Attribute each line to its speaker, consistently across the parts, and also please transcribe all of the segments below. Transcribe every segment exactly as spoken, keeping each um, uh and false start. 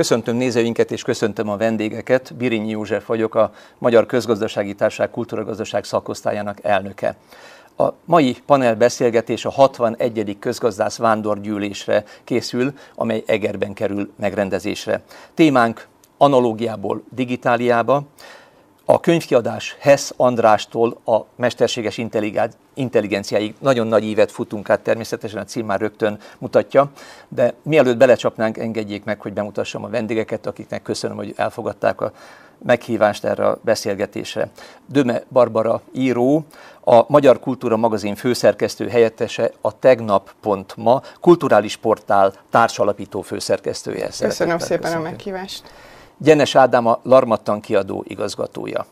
Speaker 1: Köszöntöm nézőinket és köszöntöm a vendégeket. Birinyi József vagyok, a Magyar Közgazdasági Társaság Kultúragazdaság szakosztályának elnöke. A mai panelbeszélgetés a hatvanegyedik közgazdász vándorgyűlésre készül, amely Egerben kerül megrendezésre. Témánk analógiából digitáliába, a könyvkiadás Hess Andrástól a mesterséges intelligenciáig nagyon nagy ívet futunk át, természetesen a cím már rögtön mutatja, de mielőtt belecsapnánk, engedjék meg, hogy bemutassam a vendégeket, akiknek köszönöm, hogy elfogadták a meghívást erre a beszélgetésre. Döme Barbara író, a Magyar Kultúra magazin főszerkesztő helyettese, a tegnap pont ma kulturális portál társalapító főszerkesztője.
Speaker 2: Köszönöm szépen a meghívást.
Speaker 1: Gyenes Ádám a Larmattan kiadó igazgatója,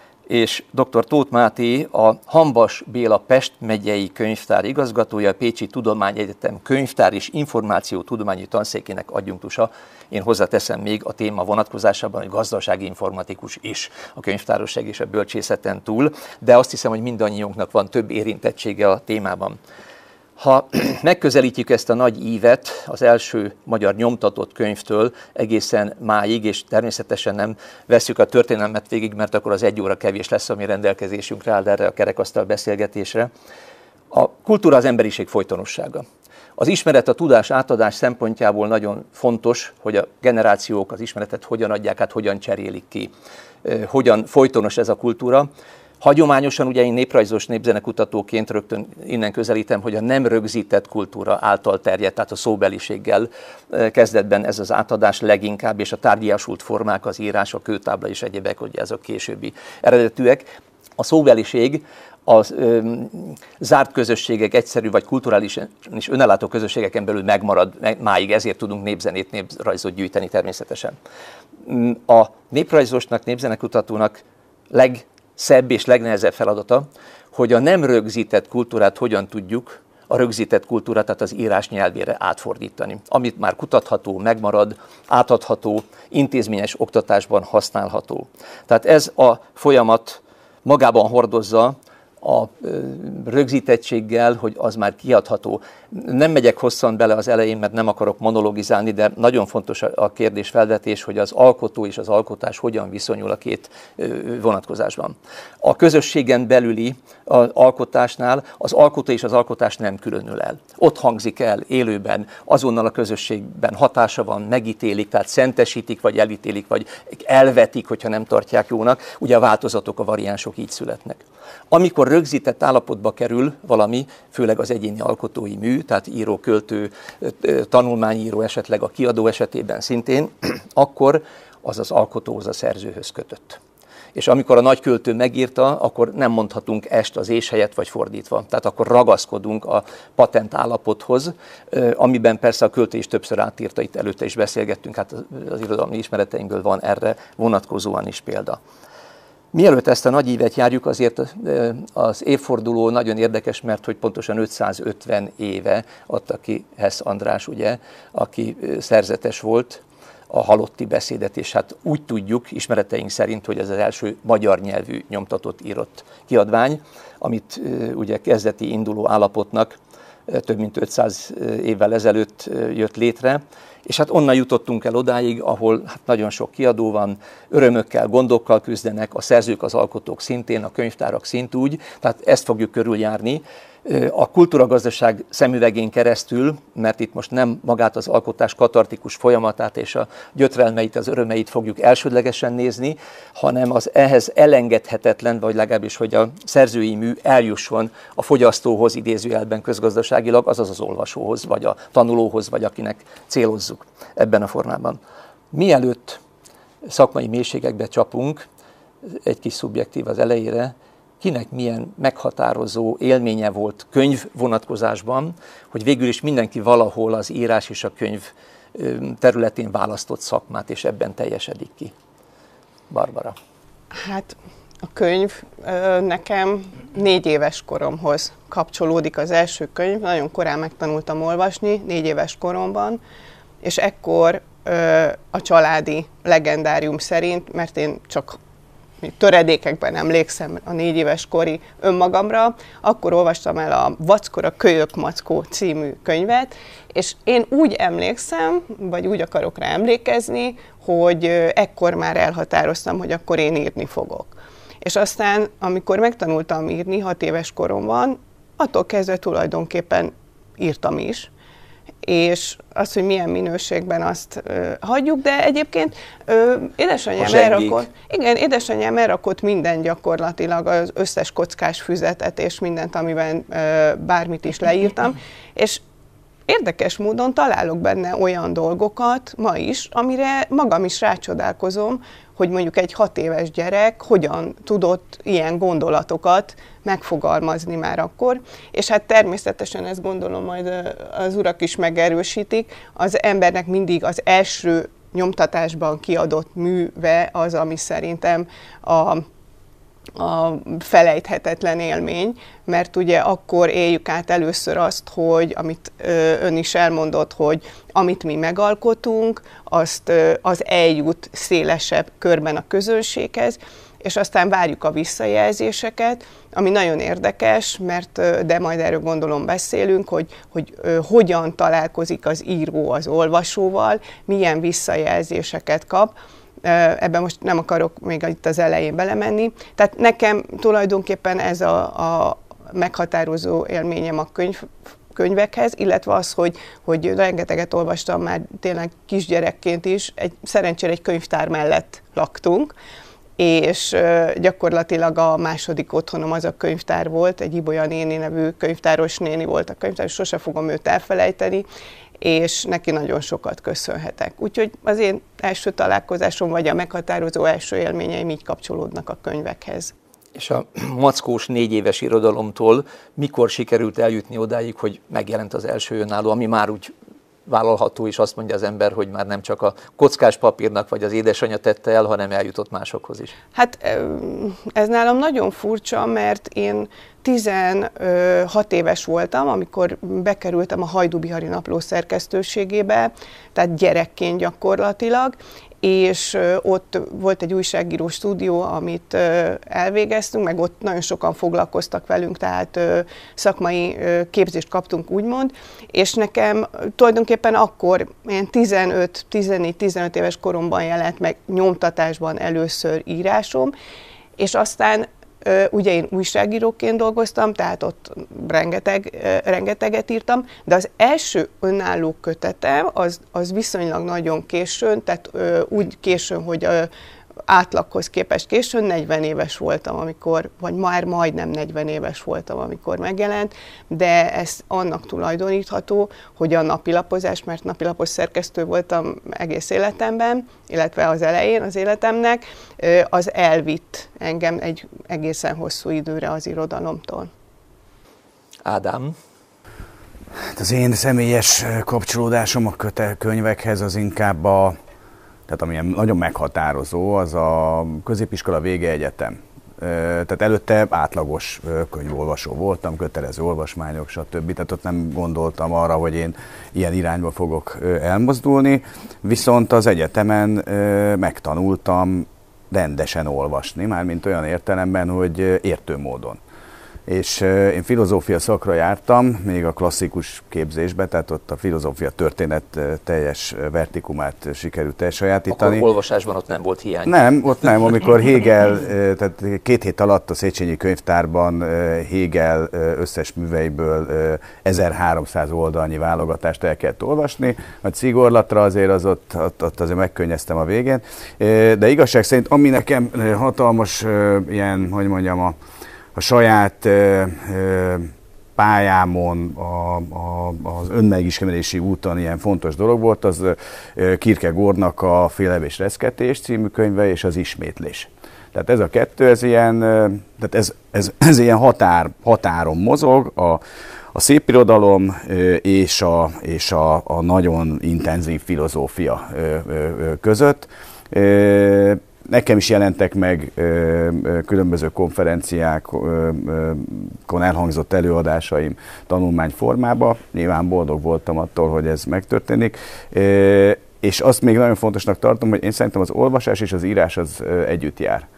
Speaker 1: és dr. Tóth Máté a Hamvas Béla Pest megyei könyvtár igazgatója, a Pécsi Tudományegyetem könyvtár és információtudományi tanszékének adjunktusa. Én hozzáteszem még a téma vonatkozásában, hogy gazdasági informatikus is a könyvtárosság és a bölcsészeten túl, de azt hiszem, hogy mindannyiunknak van több érintettsége a témában. Ha megközelítjük ezt a nagy ívet az első magyar nyomtatott könyvtől egészen máig, és természetesen nem vesszük a történelmet végig, mert akkor az egy óra kevés lesz, ami rendelkezésünkre áll erre a kerekasztal beszélgetésre. A kultúra az emberiség folytonossága. Az ismeret, a tudás átadás szempontjából nagyon fontos, hogy a generációk az ismeretet hogyan adják át, hogyan cserélik ki, hogyan folytonos ez a kultúra. Hagyományosan, ugye én néprajzos népzenekutatóként rögtön innen közelítem, hogy a nem rögzített kultúra által terjedt, tehát a szóbeliséggel kezdetben ez az átadás leginkább, és a tárgyasult formák, az írás, a kőtábla és egyébek, hogy ezek későbbi eredetűek. A szóbeliség az ö, zárt közösségek, egyszerű vagy kulturális és önellátó közösségeken belül megmarad máig, ezért tudunk népzenét, néprajzot gyűjteni természetesen. A néprajzosnak, népzenekutatónak leg szebb és legnehezebb feladata, hogy a nem rögzített kultúrát hogyan tudjuk a rögzített kultúrát, tehát az írás nyelvére átfordítani. Amit már kutatható, megmarad, átadható, intézményes oktatásban használható. Tehát ez a folyamat magában hordozza a rögzítettséggel, hogy az már kiadható. Nem megyek hosszan bele az elején, mert nem akarok monologizálni, de nagyon fontos a kérdésfelvetés, hogy az alkotó és az alkotás hogyan viszonyul a két vonatkozásban. A közösségen belüli az alkotásnál az alkotó és az alkotás nem különül el. Ott hangzik el élőben, azonnal a közösségben hatása van, megítélik, tehát szentesítik, vagy elítélik, vagy elvetik, hogyha nem tartják jónak. Ugye a változatok, a variánsok így születnek. Amikor rögzített állapotba kerül valami, főleg az egyéni alkotói mű, tehát író, költő, tanulmányíró, esetleg a kiadó esetében szintén, akkor az az alkotóhoz, a szerzőhöz kötött. És amikor a nagyköltő megírta, akkor nem mondhatunk est az és helyett, vagy fordítva. Tehát akkor ragaszkodunk a patent állapothoz, amiben persze a költő is többször átírta, itt előtte is beszélgettünk, hát az irodalmi ismereteinkből van erre vonatkozóan is példa. Mielőtt ezt a nagy ívet járjuk, azért az évforduló nagyon érdekes, mert hogy pontosan ötszázötven éve adta ki Hess András, ugye, aki szerzetes volt, a halotti beszédet, és hát úgy tudjuk, ismereteink szerint, hogy ez az első magyar nyelvű nyomtatott írott kiadvány, amit ugye kezdeti induló állapotnak több mint ötszáz évvel ezelőtt jött létre, és hát onnan jutottunk el odáig, ahol hát nagyon sok kiadó van, örömökkel, gondokkal küzdenek, a szerzők, az alkotók szintén, a könyvtárak szintúgy, tehát ezt fogjuk körüljárni. A kultúragazdaság szemüvegén keresztül, mert itt most nem magát az alkotás katartikus folyamatát és a gyötrelmeit, az örömeit fogjuk elsődlegesen nézni, hanem az ehhez elengedhetetlen, vagy legalábbis, hogy a szerzői mű eljusson a fogyasztóhoz idézőjelben közgazdaságilag, azaz az olvasóhoz, vagy a tanulóhoz, vagy akinek célozzuk ebben a formában. Mielőtt szakmai mélységekbe csapunk, egy kis szubjektív az elejére, kinek milyen meghatározó élménye volt könyv vonatkozásban, hogy végül is mindenki valahol az írás és a könyv területén választott szakmát, és ebben teljesedik ki. Barbara.
Speaker 2: Hát a könyv nekem négy éves koromhoz kapcsolódik az első könyv. Nagyon korán megtanultam olvasni, négy éves koromban, és ekkor a családi legendárium szerint, mert én csak töredékekben emlékszem a négy éves kori önmagamra, akkor olvastam el a Vackora Kölyök Mackó című könyvet, és én úgy emlékszem, vagy úgy akarok rá emlékezni, hogy ekkor már elhatároztam, hogy akkor én írni fogok. És aztán, amikor megtanultam írni hat éves koromban, attól kezdve tulajdonképpen írtam is, és az, hogy milyen minőségben, azt ö, hagyjuk, de egyébként ö, édesanyám elrakott, igen, édesanyám elrakott minden gyakorlatilag, az összes kockás füzetet és mindent, amiben ö, bármit is leírtam, és érdekes módon találok benne olyan dolgokat ma is, amire magam is rácsodálkozom, hogy mondjuk egy hat éves gyerek hogyan tudott ilyen gondolatokat megfogalmazni már akkor, és hát természetesen ezt gondolom majd az urak is megerősítik, az embernek mindig az első nyomtatásban kiadott műve az, ami szerintem a a felejthetetlen élmény, mert ugye akkor éljük át először azt, hogy amit ön is elmondott, hogy amit mi megalkotunk, azt az eljut szélesebb körben a közönséghez, és aztán várjuk a visszajelzéseket, ami nagyon érdekes, mert de majd erről gondolom beszélünk, hogy, hogy hogyan találkozik az író az olvasóval, milyen visszajelzéseket kap. Ebben most nem akarok még itt az elején belemenni. Tehát nekem tulajdonképpen ez a, a meghatározó élményem a könyv, könyvekhez, illetve az, hogy, hogy rengeteget olvastam már tényleg kisgyerekként is, egy, szerencsére egy könyvtár mellett laktunk, és gyakorlatilag a második otthonom az a könyvtár volt, egy Ibolya néni nevű könyvtáros néni volt a könyvtár, és sose fogom őt elfelejteni, és neki nagyon sokat köszönhetek. Úgyhogy az én első találkozásom, vagy a meghatározó első élményeim így kapcsolódnak a könyvekhez.
Speaker 1: És a mackós négy éves irodalomtól mikor sikerült eljutni odáig, hogy megjelent az első önálló, ami már úgy vállalható, és azt mondja az ember, hogy már nem csak a kockás papírnak vagy az édesanyja tette el, hanem eljutott másokhoz is?
Speaker 2: Hát ez nálam nagyon furcsa, mert én tizenhat éves voltam, amikor bekerültem a Hajdú-Bihari Napló szerkesztőségébe, tehát gyerekként gyakorlatilag, és ott volt egy újságíró stúdió, amit elvégeztünk, meg ott nagyon sokan foglalkoztak velünk, tehát szakmai képzést kaptunk, úgymond, és nekem tulajdonképpen akkor én tizenöt, tizennégy, tizenöt éves koromban jelent meg nyomtatásban először írásom, és aztán ugye én újságíróként dolgoztam, tehát ott rengeteg, rengeteget írtam, de az első önálló kötetem az, az viszonylag nagyon későn, tehát úgy későn, hogy átlaghoz képest későn, negyven éves voltam, amikor, vagy már majdnem negyven éves voltam, amikor megjelent, de ez annak tulajdonítható, hogy a napilapozás, mert napilapos szerkesztő voltam egész életemben, illetve az elején az életemnek, az elvitt engem egy egészen hosszú időre az irodalomtól.
Speaker 1: Ádám?
Speaker 3: Az én személyes kapcsolódásom a köte- könyvekhez az inkább a tehát ami nagyon meghatározó, az a középiskola vége egyetem. Tehát előtte átlagos könyvolvasó voltam, kötelező olvasmányok, stb. Tehát ott nem gondoltam arra, hogy én ilyen irányba fogok elmozdulni, viszont az egyetemen megtanultam rendesen olvasni, mármint olyan értelemben, hogy értő módon. És én filozófia szakra jártam, még a klasszikus képzésbe, tehát ott a filozófia történet teljes vertikumát sikerült elsajátítani.
Speaker 1: Akkor olvasásban ott nem volt hiány?
Speaker 3: Nem, ott nem. Amikor Hegel, tehát két hét alatt a Széchenyi Könyvtárban Hegel összes műveiből ezerháromszáz oldalnyi válogatást el kellett olvasni, a cigorlatra azért az ott, ott, ott azért megkönnyeztem a végén. De igazság szerint, ami nekem hatalmas ilyen, hogy mondjam, a a saját ö, ö, pályámon, a, a, az önmegismerési úton ilyen fontos dolog volt, az ö, Kierkegaardnak a Félelem és reszketés című könyve és az ismétlés. Tehát ez a kettő, ez ilyen, ö, tehát ez, ez, ez ilyen határ, határon mozog, a, a szépirodalom ö, és, a, és a, a nagyon intenzív filozófia ö, ö, között. Ö, Nekem is jelentek meg ö, ö, különböző konferenciákon elhangzott előadásaim tanulmány formába. Nyilván boldog voltam attól, hogy ez megtörténik. Ö, és azt még nagyon fontosnak tartom, hogy én szerintem az olvasás és az írás az ö, együtt jár.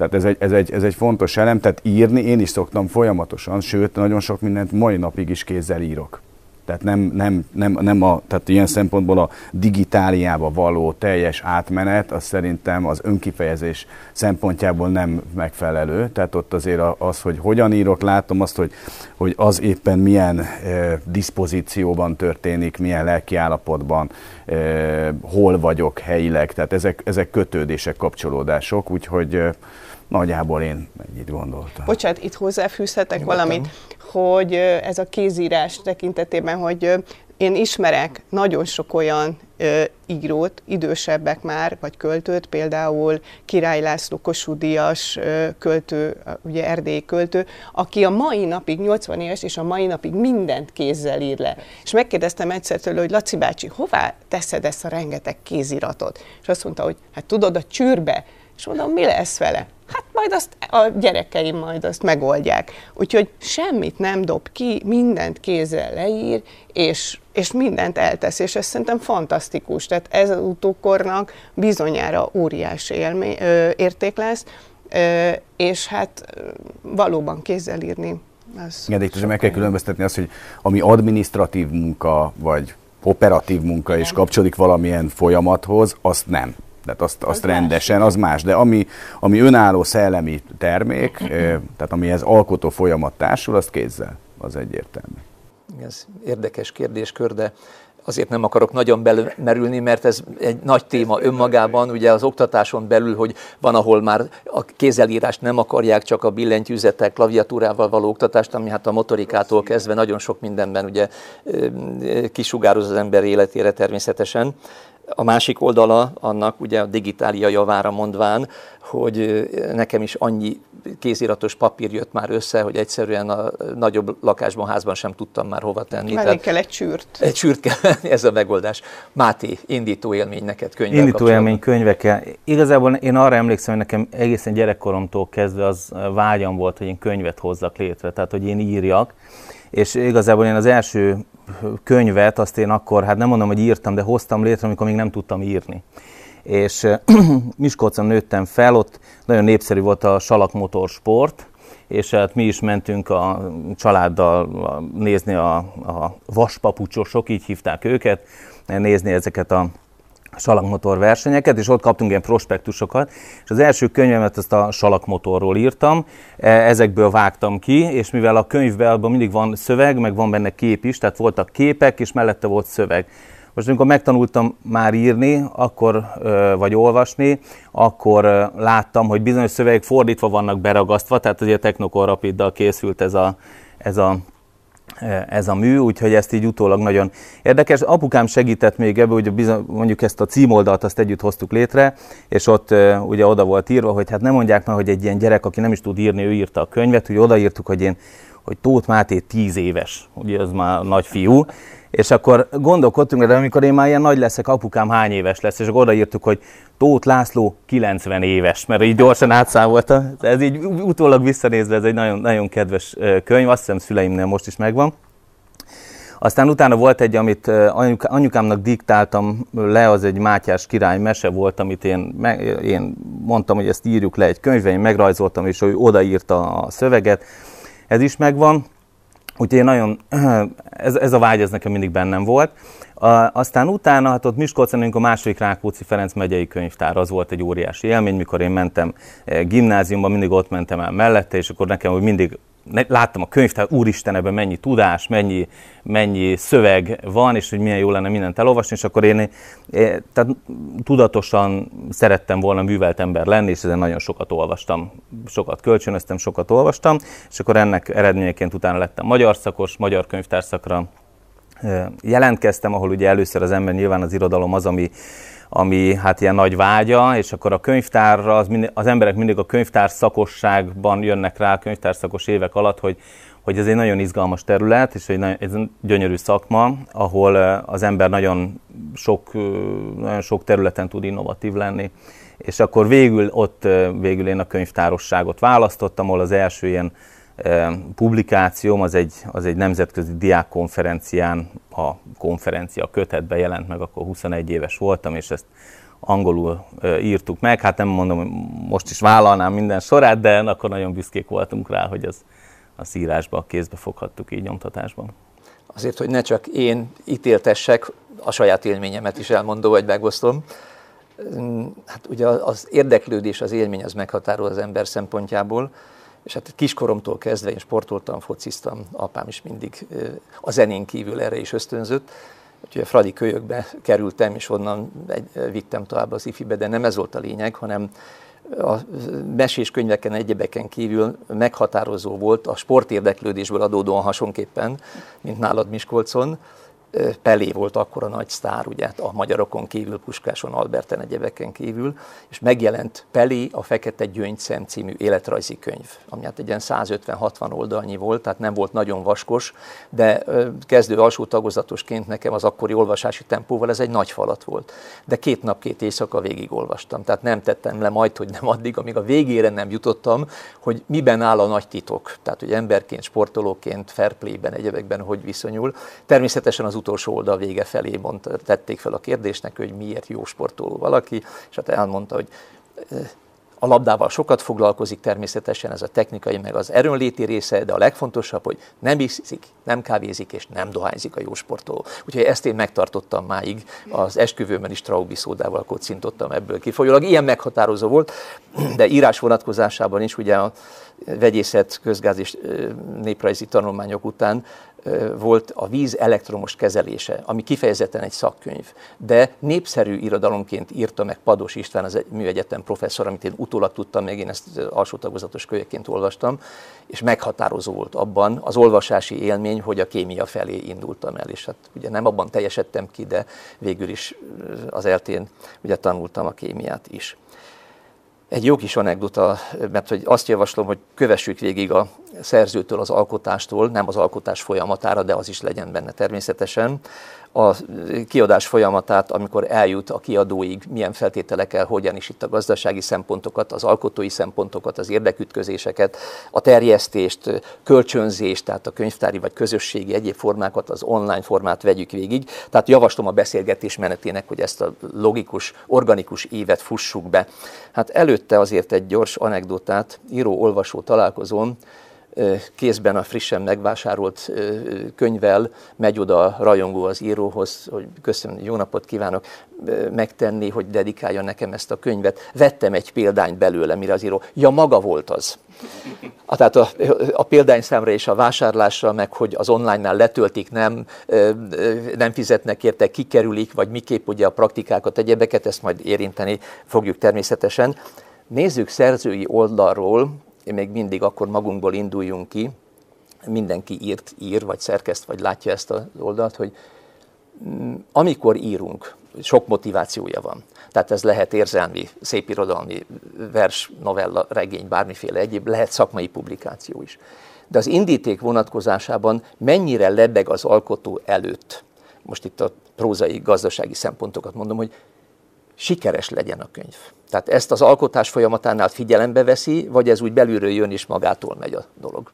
Speaker 3: Tehát ez egy, ez, egy, ez egy fontos elem, tehát írni én is szoktam folyamatosan, sőt, nagyon sok mindent mai napig is kézzel írok. Tehát nem, nem, nem, nem a, tehát ilyen szempontból a digitáliába való teljes átmenet, az szerintem az önkifejezés szempontjából nem megfelelő. Tehát ott azért az, hogy hogyan írok, látom azt, hogy, hogy az éppen milyen e, diszpozícióban történik, milyen lelkiállapotban, e, hol vagyok helyileg, tehát ezek, ezek kötődések, kapcsolódások, úgyhogy e, nagyjából én ennyit gondoltam.
Speaker 2: Bocsánat, itt hozzáfűzhetek valamit, hogy ez a kézírás tekintetében, hogy én ismerek nagyon sok olyan írót, idősebbek már, vagy költőt, például Király László Kossuth-díjas költő, ugye erdélyi költő, aki a mai napig nyolcvan éves, és a mai napig mindent kézzel ír le. És megkérdeztem egyszer tőle, hogy Laci bácsi, hová teszed ezt a rengeteg kéziratot? És azt mondta, hogy hát tudod, a csűrbe. És mondom, mi lesz vele? Hát majd azt a gyerekeim majd azt megoldják. Úgyhogy semmit nem dob ki, mindent kézzel leír, és, és mindent eltesz, és ez szerintem fantasztikus. Tehát ez az utókornak bizonyára óriási élmény, ö, érték lesz, ö, és hát valóban kézzel írni.
Speaker 3: Igen, de itt meg kell különböztetni azt, hogy ami adminisztratív munka, vagy operatív munka, és kapcsolódik valamilyen folyamathoz, azt nem. Tehát azt, azt az rendesen, más. Az más. De ami, ami önálló szellemi termék, tehát amihez alkotó folyamat társul, azt kézzel, az egyértelmű.
Speaker 1: Ez érdekes kérdéskör, de azért nem akarok nagyon belmerülni, mert ez egy nagy téma önmagában, ugye az oktatáson belül, hogy van, ahol már a kézzelírást nem akarják, csak a billentyűzettel, klaviatúrával való oktatást, ami hát a motorikától kezdve nagyon sok mindenben ugye kisugároz az ember életére természetesen. A másik oldala annak ugye a digitália javára mondván, hogy nekem is annyi kéziratos papír jött már össze, hogy egyszerűen a nagyobb lakásban, házban sem tudtam már hova tenni.
Speaker 2: Venni kell egy csűrt.
Speaker 1: Egy csűrt kell venni, ez a megoldás. Máté, indító élmény neked könyvvel
Speaker 4: Indító élmény könyvekkel. Igazából én arra emlékszem, hogy nekem egészen gyerekkoromtól kezdve az vágyam volt, hogy én könyvet hozzak létre, tehát hogy én írjak. És igazából én az első könyvet, azt én akkor, hát nem mondom, hogy írtam, de hoztam létre, amikor még nem tudtam írni. És Miskolcon nőttem fel, ott nagyon népszerű volt a salakmotorsport, és hát mi is mentünk a családdal nézni a, a vaspapucsosok, így hívták őket, nézni ezeket a salakmotor versenyeket, és ott kaptunk ilyen prospektusokat, és az első könyvemet ezt a salakmotorról írtam, ezekből vágtam ki, és mivel a könyvben mindig van szöveg, meg van benne kép is, tehát voltak képek, és mellette volt szöveg. Most amikor megtanultam már írni, akkor, vagy olvasni, akkor láttam, hogy bizonyos szövegek fordítva vannak beragasztva, tehát azért Technicolor Rapiddal készült ez a, ez a ez a mű, úgyhogy ezt így utólag nagyon érdekes. Apukám segített még ebbe, hogy bizony, mondjuk ezt a címoldalt azt együtt hoztuk létre, és ott uh, ugye oda volt írva, hogy hát nem mondják már, hogy egy ilyen gyerek, aki nem is tud írni, ő írta a könyvet, hogy odaírtuk, hogy én, hogy Tóth Máté tíz éves, ugye az már nagy fiú, és akkor gondolkodtunk, de amikor én már ilyen nagy leszek, apukám hány éves lesz, és akkor odaírtuk, hogy Tóth László kilencven éves, mert így gyorsan átszámolta. Ez így utólag visszanézve, ez egy nagyon, nagyon kedves könyv, azt hiszem szüleimnél most is megvan. Aztán utána volt egy, amit anyukámnak diktáltam le, az egy Mátyás király mese volt, amit én, én mondtam, hogy ezt írjuk le egy könyvbe, én megrajzoltam, és ő odaírta a szöveget. Ez is megvan. Úgyhogy én nagyon, ez, ez a vágy, ez nekem mindig bennem volt. Aztán utána, hát ott Miskolcon, a második Rákóczi Ferenc megyei könyvtár, az volt egy óriási élmény, mikor én mentem gimnáziumban, mindig ott mentem el mellette, és akkor nekem hogy mindig láttam a könyvtár, úristen, ebben mennyi tudás, mennyi, mennyi szöveg van, és hogy milyen jó lenne mindent elolvasni, és akkor én tehát tudatosan szerettem volna művelt ember lenni, és ezen nagyon sokat olvastam, sokat kölcsönöztem, sokat olvastam, és akkor ennek eredményeként utána lettem magyar szakos, magyar könyvtárszakra jelentkeztem, ahol ugye először az ember nyilván az irodalom az, ami ami hát ilyen nagy vágya, és akkor a könyvtárra, az, mind, az emberek mindig a könyvtár szakosságban jönnek rá, a könyvtár szakos évek alatt, hogy, hogy ez egy nagyon izgalmas terület, és egy, egy gyönyörű szakma, ahol az ember nagyon sok, nagyon sok területen tud innovatív lenni. És akkor végül ott végül én a könyvtárosságot választottam, ahol az első ilyen publikációm az egy, az egy nemzetközi diákkonferencián, a konferencia kötetben jelent meg, akkor huszonegy éves voltam, és ezt angolul írtuk meg. Hát nem mondom, hogy most is vállalnám minden sorát, de akkor nagyon büszkék voltunk rá, hogy az, az írásba, kézbe foghattuk így nyomtatásban.
Speaker 1: Azért, hogy ne csak én ítéltessek, a saját élményemet is elmondom, vagy megosztom. Hát ugye az érdeklődés, az élmény az meghatárol az ember szempontjából, és hát kiskoromtól kezdve én sportoltam, fociztam, apám is mindig a zenén kívül erre is ösztönzött. Úgyhogy a Fradi kölyökbe kerültem, és onnan vittem tovább az ifibe, de nem ez volt a lényeg, hanem a mesés könyveken, egyebeken kívül meghatározó volt a sportérdeklődésből adódóan hasonképpen, mint nálad Miskolcon. Pelé volt akkor a nagy sztár, ugye, a magyarokon kívül, Puskáson, Alberten, egyebeken kívül, és megjelent Pelé a Fekete Gyöngyszem című életrajzi könyv, ami hát egy ilyen százötven-hatvan oldalnyi volt, tehát nem volt nagyon vaskos, de kezdő alsó tagozatosként nekem az akkori olvasási tempóval ez egy nagy falat volt. De két nap, két éjszaka végig olvastam, tehát nem tettem le majd, hogy nem addig, amíg a végére nem jutottam, hogy miben áll a nagy titok, tehát hogy emberként, sportolóként, fair play-ben, egyebekben hogy viszonyul. Természetesen az utolsó oldal vége felé mondta, tették fel a kérdésnek, hogy miért jó sportoló valaki, és hát elmondta, hogy a labdával sokat foglalkozik, természetesen ez a technikai, meg az erőnléti része, de a legfontosabb, hogy nem iszik, nem kávézik és nem dohányzik a jó sportoló. Úgyhogy ezt én megtartottam máig, az esküvőmön is Traubi szódával kocintottam ebből kifolyólag. Ilyen meghatározó volt, de írás vonatkozásában is, ugye a vegyészet, közgáz és néprajzi tanulmányok után volt a víz elektromos kezelése, ami kifejezetten egy szakkönyv, de népszerű irodalomként írta meg Pados István, az műegyetem professzor, amit én utólag tudtam meg, én ezt alsó tagozatos kölyekként olvastam, és meghatározó volt abban az olvasási élmény, hogy a kémia felé indultam el, és hát ugye nem abban teljesedtem ki, de végül is az eltén ugye tanultam a kémiát is. Egy jó kis anekdota, mert hogy azt javaslom, hogy kövessük végig a szerzőtől az alkotástól, nem az alkotás folyamatára, de az is legyen benne természetesen, a kiadás folyamatát, amikor eljut a kiadóig, milyen feltételekkel, hogyan is itt a gazdasági szempontokat, az alkotói szempontokat, az érdekütközéseket, a terjesztést, kölcsönzést, tehát a könyvtári vagy közösségi egyéb formákat, az online formát vegyük végig. Tehát javaslom a beszélgetés menetének, hogy ezt a logikus, organikus évet fussuk be. Hát előtte azért egy gyors anekdotát, író-olvasó találkozón, kézben a frissen megvásárolt könyvvel megy oda a rajongó az íróhoz, hogy köszönöm, jó napot kívánok, megtenni, hogy dedikálja nekem ezt a könyvet. Vettem egy példányt belőle, mire az író, ja, maga volt az. A, tehát a, a példányszámra és a vásárlásra, meg hogy az online-nál letöltik, nem, nem fizetnek érte, kikerülik, vagy miképp ugye a praktikákat, egyebeket, ezt majd érinteni fogjuk természetesen. Nézzük szerzői oldalról, még mindig akkor magunkból induljunk ki, mindenki írt, ír, vagy szerkeszt, vagy látja ezt az oldalt, hogy amikor írunk, sok motivációja van. Tehát ez lehet érzelmi, szépirodalmi, vers, novella, regény, bármiféle egyéb, lehet szakmai publikáció is. De az indíték vonatkozásában mennyire lebeg az alkotó előtt, most itt a prózai, gazdasági szempontokat mondom, hogy sikeres legyen a könyv. Tehát ezt az alkotás folyamatánál figyelembe veszi, vagy ez úgy belülről jön és magától megy a dolog?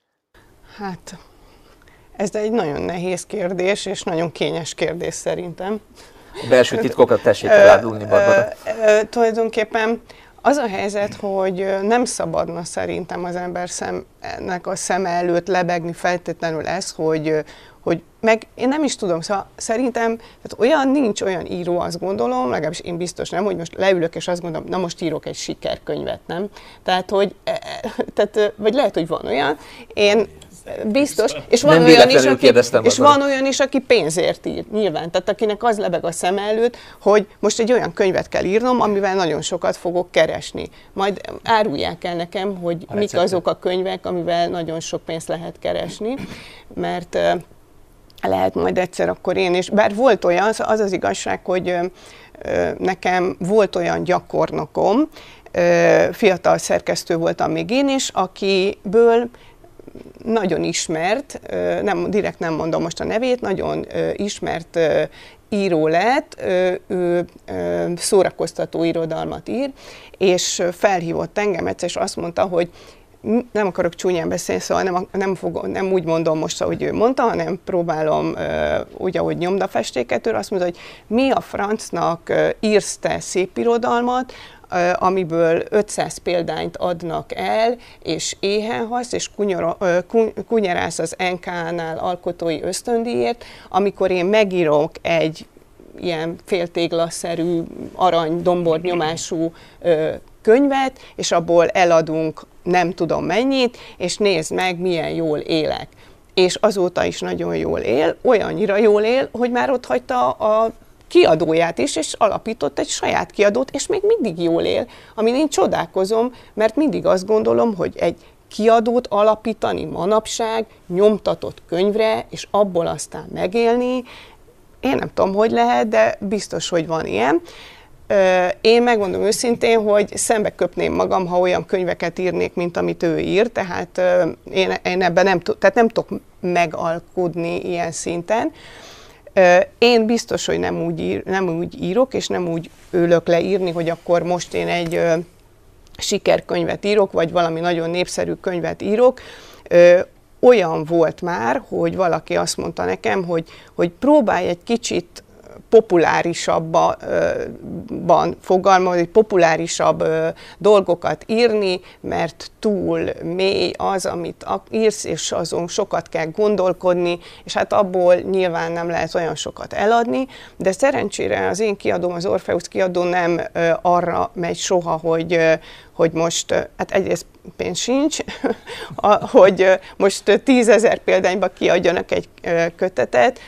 Speaker 2: Hát, ez egy nagyon nehéz kérdés, és nagyon kényes kérdés szerintem.
Speaker 1: A belső titkokat tessék elárulni, Barbara.
Speaker 2: Tulajdonképpen az a helyzet, hogy nem szabadna szerintem az ember szemnek a szeme előtt lebegni feltétlenül ez, hogy, hogy meg én nem is tudom, szóval szerintem tehát olyan nincs olyan író, azt gondolom, legalábbis én biztos nem, hogy most leülök és azt gondolom, na most írok egy sikerkönyvet, nem? Tehát, hogy, tehát, vagy lehet, hogy van olyan, én biztos, és van, olyan is, aki, és van olyan is, aki pénzért ír, nyilván. Tehát akinek az lebeg a szem előtt, hogy most egy olyan könyvet kell írnom, amivel nagyon sokat fogok keresni. Majd árulják el nekem, hogy a mik azok a könyvek, amivel nagyon sok pénzt lehet keresni, mert uh, lehet majd egyszer akkor én is. Bár volt olyan, az az igazság, hogy uh, nekem volt olyan gyakornokom, uh, fiatal szerkesztő voltam még én is, akiből nagyon ismert, nem, direkt nem mondom most a nevét, nagyon ismert író lett, ő szórakoztató irodalmat ír, és felhívott engem egyszer, és azt mondta, hogy nem akarok csúnyán beszélni, szóval nem, nem, fog, nem úgy mondom most, ahogy ő mondta, hanem próbálom úgy, ahogy nyomdafestéket, ő azt mondta, hogy mi a francnak írsz te szépirodalmat, amiből ötszáz példányt adnak el, és éhen halsz, és kunyarálsz az en ká-nál alkotói ösztöndíjért, amikor én megírok egy ilyen féltéglaszerű, arany, dombornyomású könyvet, és abból eladunk nem tudom mennyit, és nézd meg, milyen jól élek. És azóta is nagyon jól él, olyannyira jól él, hogy már ott hagyta a kiadóját is, és alapított egy saját kiadót, és még mindig jól él, amin én csodálkozom, mert mindig azt gondolom, hogy egy kiadót alapítani manapság, nyomtatott könyvre, és abból aztán megélni, én nem tudom, hogy lehet, de biztos, hogy van ilyen. Én megmondom őszintén, hogy szembe köpném magam, ha olyan könyveket írnék, mint amit ő ír, tehát én, én ebben nem, tehát nem tudok megalkudni ilyen szinten. Én biztos, hogy nem úgy, ír, nem úgy írok, és nem úgy ülök le írni, hogy akkor most én egy sikerkönyvet írok, vagy valami nagyon népszerű könyvet írok. Olyan volt már, hogy valaki azt mondta nekem, hogy, hogy próbálj egy kicsit populárisabban fogalmazni, populárisabb dolgokat írni, mert túl mély az, amit írsz, és azon sokat kell gondolkodni, és hát abból nyilván nem lehet olyan sokat eladni, de szerencsére az én kiadóm, az Orpheus kiadó nem arra megy soha, hogy, hogy most, hát egyrészt pénz sincs, hogy most tízezer példányba kiadjanak egy kötetet.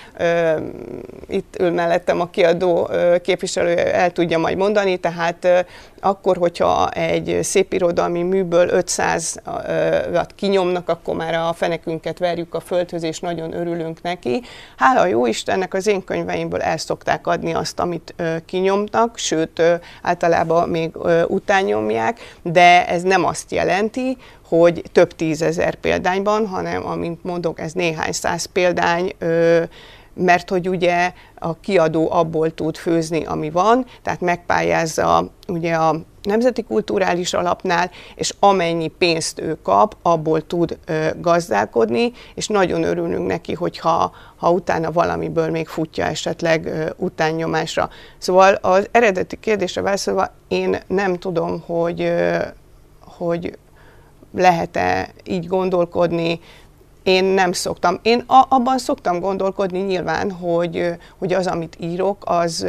Speaker 2: Itt ül mellettem a kiadó képviselő, el tudja majd mondani, tehát akkor, hogyha egy szépirodalmi műből ötszázat kinyomnak, akkor már a fenekünket verjük a földhöz, és nagyon örülünk neki. Hála jó Istennek, az én könyveimből el szokták adni azt, amit kinyomtak, sőt, általában még utánnyomják, de ez nem azt jelenti, hogy több tízezer példányban, hanem, amint mondok, ez néhány száz példány, mert hogy ugye a kiadó abból tud főzni, ami van, tehát megpályázza ugye a Nemzeti Kulturális Alapnál, és amennyi pénzt ő kap, abból tud ö, gazdálkodni, és nagyon örülünk neki, hogyha ha utána valamiből még futja esetleg ö, utánnyomásra. Szóval az eredeti kérdésre válaszolva, én nem tudom, hogy, ö, hogy lehet-e így gondolkodni. Én nem szoktam. Én a, abban szoktam gondolkodni nyilván, hogy, hogy az, amit írok, az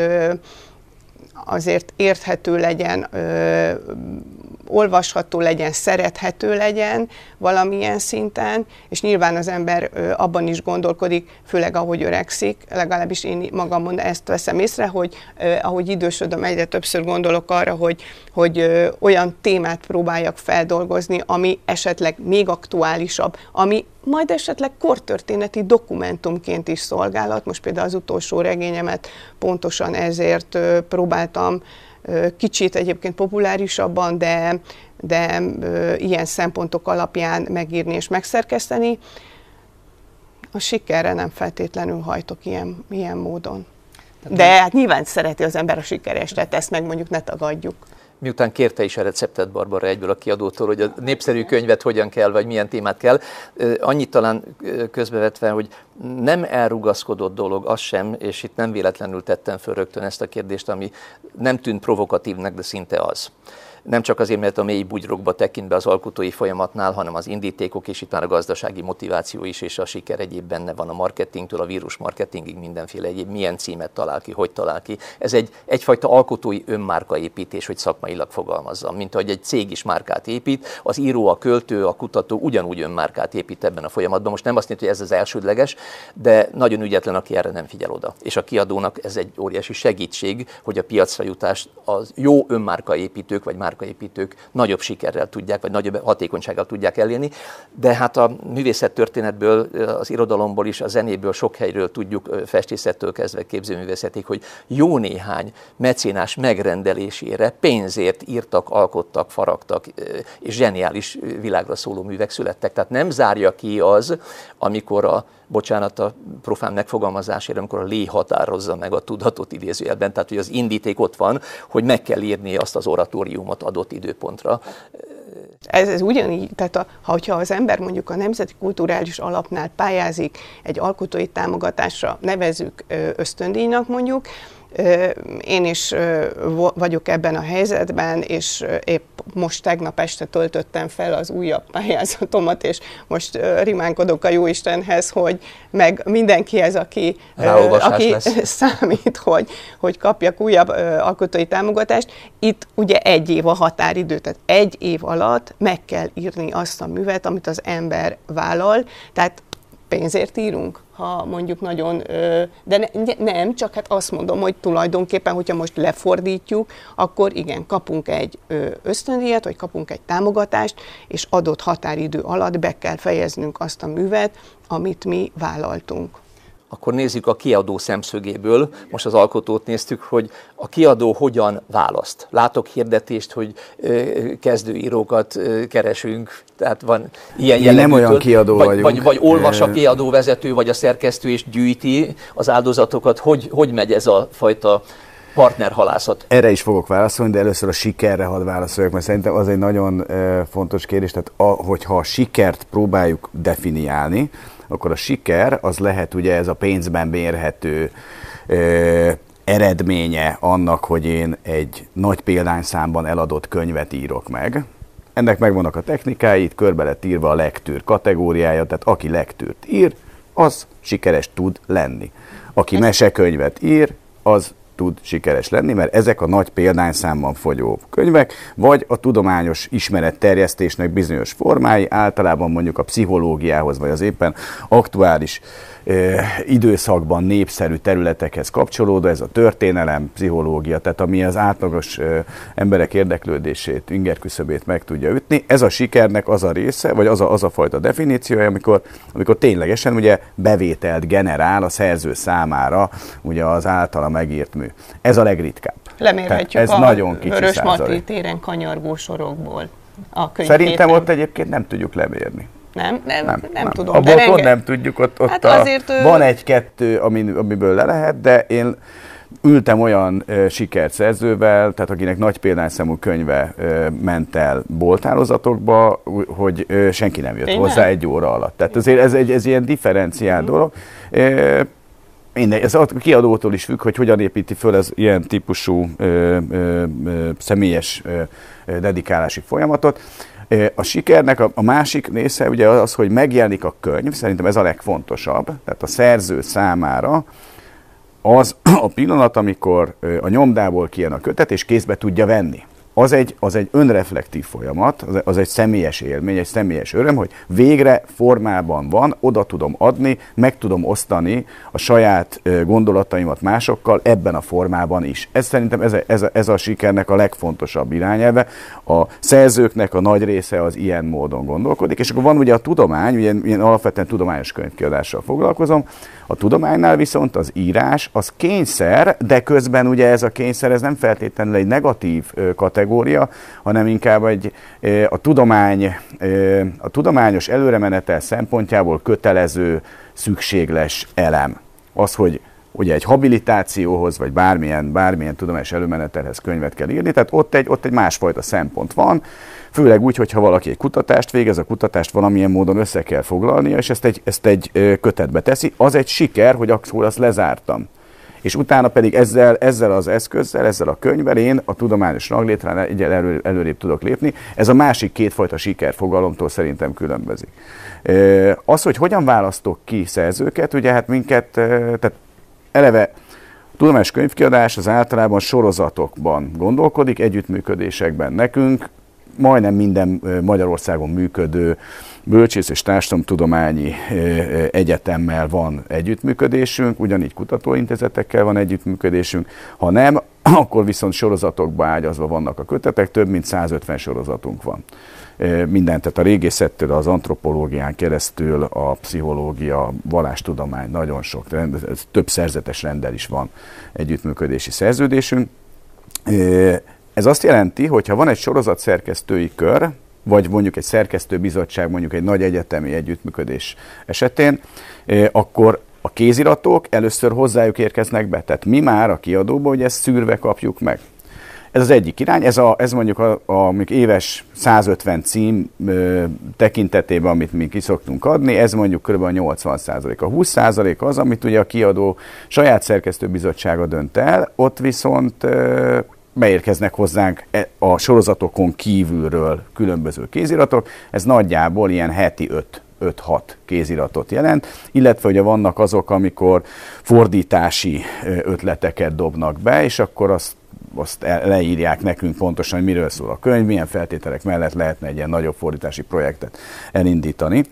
Speaker 2: azért érthető legyen, ö, olvasható legyen, szerethető legyen valamilyen szinten, és nyilván az ember ö, abban is gondolkodik, főleg ahogy öregszik, legalábbis én magamon ezt veszem észre, hogy ö, ahogy idősödöm, egyre többször gondolok arra, hogy, hogy ö, olyan témát próbáljak feldolgozni, ami esetleg még aktuálisabb, ami majd esetleg kortörténeti dokumentumként is szolgálhat. Most például az utolsó regényemet pontosan ezért ö, próbáltam ö, kicsit egyébként populárisabban, de, de ö, ilyen szempontok alapján megírni és megszerkeszteni. A sikerre nem feltétlenül hajtok ilyen, ilyen módon. De hát nyilván szereti az ember a sikeres, tehát ezt meg mondjuk ne tagadjuk.
Speaker 1: Miután kérte is a receptet Barbara egyből a kiadótól, hogy a népszerű könyvet hogyan kell, vagy milyen témát kell, annyit talán közbevetve, hogy nem elrugaszkodott dolog az sem, és itt nem véletlenül tettem föl rögtön ezt a kérdést, ami nem tűnt provokatívnak, de szinte az. Nem csak azért, mert a mély bugyrokba tekint be az alkotói folyamatnál, hanem az indítékok, és itt már a gazdasági motiváció is, és a siker egyéb benne van, a marketingtől, a vírus marketingig mindenféle egyéb, milyen címet talál ki, hogy talál ki. Ez egy, egyfajta alkotói önmárkaépítés, hogy szakmailag fogalmazzam, mint ahogy egy cég is márkát épít, az író, a költő, a kutató ugyanúgy önmárkát épít ebben a folyamatban. Most nem azt mondja, hogy ez az elsődleges, de nagyon ügyetlen, aki erre nem figyel oda. És a kiadónak ez egy óriási segítség, hogy a piacra jutást az jó önmárkaépítők, vagy márkaépítők nagyobb sikerrel tudják, vagy nagyobb hatékonysággal tudják elérni, de hát a művészettörténetből, az irodalomból is, a zenéből, sok helyről tudjuk, festészettől kezdve képzőművészetig, hogy jó néhány mecénás megrendelésére pénzért írtak, alkottak, faragtak, és zseniális világra szóló művek születtek. Tehát nem zárja ki az, amikor a bocsánat a profán megfogalmazásért, amikor a lé határozza meg a tudatot idézőjelben, tehát hogy az indíték ott van, hogy meg kell írni azt az oratóriumot adott időpontra.
Speaker 2: Ez, ez ugyanígy, tehát a, ha hogyha az ember mondjuk a Nemzeti Kulturális Alapnál pályázik egy alkotói támogatásra, nevezzük ösztöndíjnak mondjuk, én is vagyok ebben a helyzetben, és épp most tegnap este töltöttem fel az újabb pályázatomat, és most rimánkodok a Jóistenhez, hogy meg mindenkihez, aki, aki számít, hogy, hogy kapjak újabb alkotói támogatást. Itt ugye egy év a határidő, tehát egy év alatt meg kell írni azt a művet, amit az ember vállal, tehát pénzért írunk, ha mondjuk nagyon, de ne, nem, csak hát azt mondom, hogy tulajdonképpen, hogyha most lefordítjuk, akkor igen, kapunk egy ösztöndíjat, vagy kapunk egy támogatást, és adott határidő alatt be kell fejeznünk azt a művet, amit mi vállaltunk.
Speaker 1: Akkor nézzük a kiadó szemszögéből, most az alkotót néztük, hogy a kiadó hogyan választ. Látok hirdetést, hogy kezdőírókat keresünk, tehát van ilyen jellegű.
Speaker 3: Nem olyan kiadó
Speaker 1: vagy,
Speaker 3: vagyunk.
Speaker 1: Vagy, vagy olvas a kiadóvezető, vagy a szerkesztő és gyűjti az áldozatokat. Hogy, hogy megy ez a fajta partnerhalászat?
Speaker 3: Erre is fogok válaszolni, de először a sikerre hadd válaszoljak, mert szerintem az egy nagyon fontos kérdés, tehát a, hogyha a sikert próbáljuk definiálni, akkor a siker az lehet ugye ez a pénzben mérhető ö, eredménye annak, hogy én egy nagy példányszámban eladott könyvet írok meg. Ennek megvannak a technikái, itt körbe lett írva a legtűr kategóriája, tehát aki legtűrt ír, az sikeres tud lenni. Aki mesekönyvet ír, az tud sikeres lenni, mert ezek a nagy példányszámban fogyó könyvek, vagy a tudományos ismeretterjesztésnek bizonyos formái, általában mondjuk a pszichológiához, vagy az éppen aktuális eh, időszakban népszerű területekhez kapcsolódó, ez a történelem, pszichológia, tehát ami az átlagos eh, emberek érdeklődését, ingerküszöbét meg tudja ütni. Ez a sikernek az a része, vagy az a, az a fajta definíciója, amikor, amikor ténylegesen ugye bevételt generál a szerző számára ugye az általa megírt mű. Ez a legritkább.
Speaker 2: Lemérhetjük
Speaker 3: ez
Speaker 2: a
Speaker 3: nagyon kicsi
Speaker 2: Vörös
Speaker 3: százalék.
Speaker 2: Marti téren kanyargó sorokból a könyv.
Speaker 3: Szerintem
Speaker 2: héten.
Speaker 3: ott egyébként nem tudjuk lemérni.
Speaker 2: Nem, nem, nem, nem, nem tudom.
Speaker 3: Abból
Speaker 2: renge...
Speaker 3: nem tudjuk, ott, ott
Speaker 2: hát
Speaker 3: a,
Speaker 2: azért,
Speaker 3: van egy-kettő, amin, amiből le lehet, de én ültem olyan uh, sikerszerzővel, tehát akinek nagy példányszámú könyve uh, ment el bolthálózatokba, hogy uh, senki nem jött Én hozzá nem? egy óra alatt. Tehát azért ez egy ez ilyen differenciált hmm. dolog. Uh, Minden, ez a kiadótól is függ, hogy hogyan építi föl ez ilyen típusú ö, ö, ö, személyes ö, ö, dedikálási folyamatot. A sikernek a, a másik része ugye az, hogy megjelenik a könyv, szerintem ez a legfontosabb, tehát a szerző számára az a pillanat, amikor a nyomdából kijön a kötet és kézbe tudja venni. Az egy, az egy önreflektív folyamat, az, az egy személyes élmény, egy személyes öröm, hogy végre formában van, oda tudom adni, meg tudom osztani a saját gondolataimat másokkal ebben a formában is. Ez szerintem ez a, ez a, ez a sikernek a legfontosabb irányelve. A szerzőknek a nagy része az ilyen módon gondolkodik, és akkor van ugye a tudomány, ugye én alapvetően tudományos könyvkiadással foglalkozom, a tudománynál viszont az írás az kényszer, de közben ugye ez a kényszer, ez nem feltétlenül egy negatív kategória, hanem inkább egy, a, tudomány, a tudományos előremenetel szempontjából kötelező, szükséges elem. Az, hogy ugye egy habilitációhoz, vagy bármilyen, bármilyen tudományos előmenetelhez könyvet kell írni, tehát ott egy, ott egy másfajta szempont van, főleg úgy, hogyha valaki egy kutatást végez, a kutatást valamilyen módon össze kell foglalnia, és ezt egy, ezt egy kötetbe teszi. Az egy siker, hogy akkor azt lezártam. És utána pedig ezzel, ezzel az eszközzel, ezzel a könyvvel én a tudományos ranglétrán egyel elő, előrébb tudok lépni. Ez a másik kétfajta sikerfogalomtól szerintem különbözik. Az, hogy hogyan választok ki szerzőket, ugye hát minket, tehát eleve a tudományos könyvkiadás az általában sorozatokban gondolkodik, együttműködésekben. Nekünk majdnem minden Magyarországon működő bölcsész- és társadalomtudományi egyetemmel van együttműködésünk, ugyanígy kutatóintézetekkel van együttműködésünk, ha nem, akkor viszont sorozatokba ágyazva vannak a kötetek, több mint százötven sorozatunk van. Mindent, tehát a régészettől, az antropológián keresztül, a pszichológia, vallástudomány, nagyon sok, több szerzetes renddel is van együttműködési szerződésünk. Ez azt jelenti, hogy ha van egy sorozatszerkesztői kör, vagy mondjuk egy szerkesztőbizottság, mondjuk egy nagy egyetemi együttműködés esetén, akkor a kéziratok először hozzájuk érkeznek be. Tehát mi már a kiadóból, hogy ezt szűrve kapjuk meg. Ez az egyik irány, ez, a, ez mondjuk a, a éves százötven cím ö, tekintetében, amit mi ki szoktunk adni, ez mondjuk kb. nyolcvan százalék. A húsz százalék az, amit ugye a kiadó saját szerkesztőbizottsága dönt el, ott viszont ö, beérkeznek hozzánk a sorozatokon kívülről különböző kéziratok, ez nagyjából ilyen heti öt-hat kéziratot jelent, illetve ugye vannak azok, amikor fordítási ötleteket dobnak be, és akkor azt azt leírják nekünk pontosan, hogy miről szól a könyv, milyen feltételek mellett lehetne egy ilyen nagyobb fordítási projektet elindítani.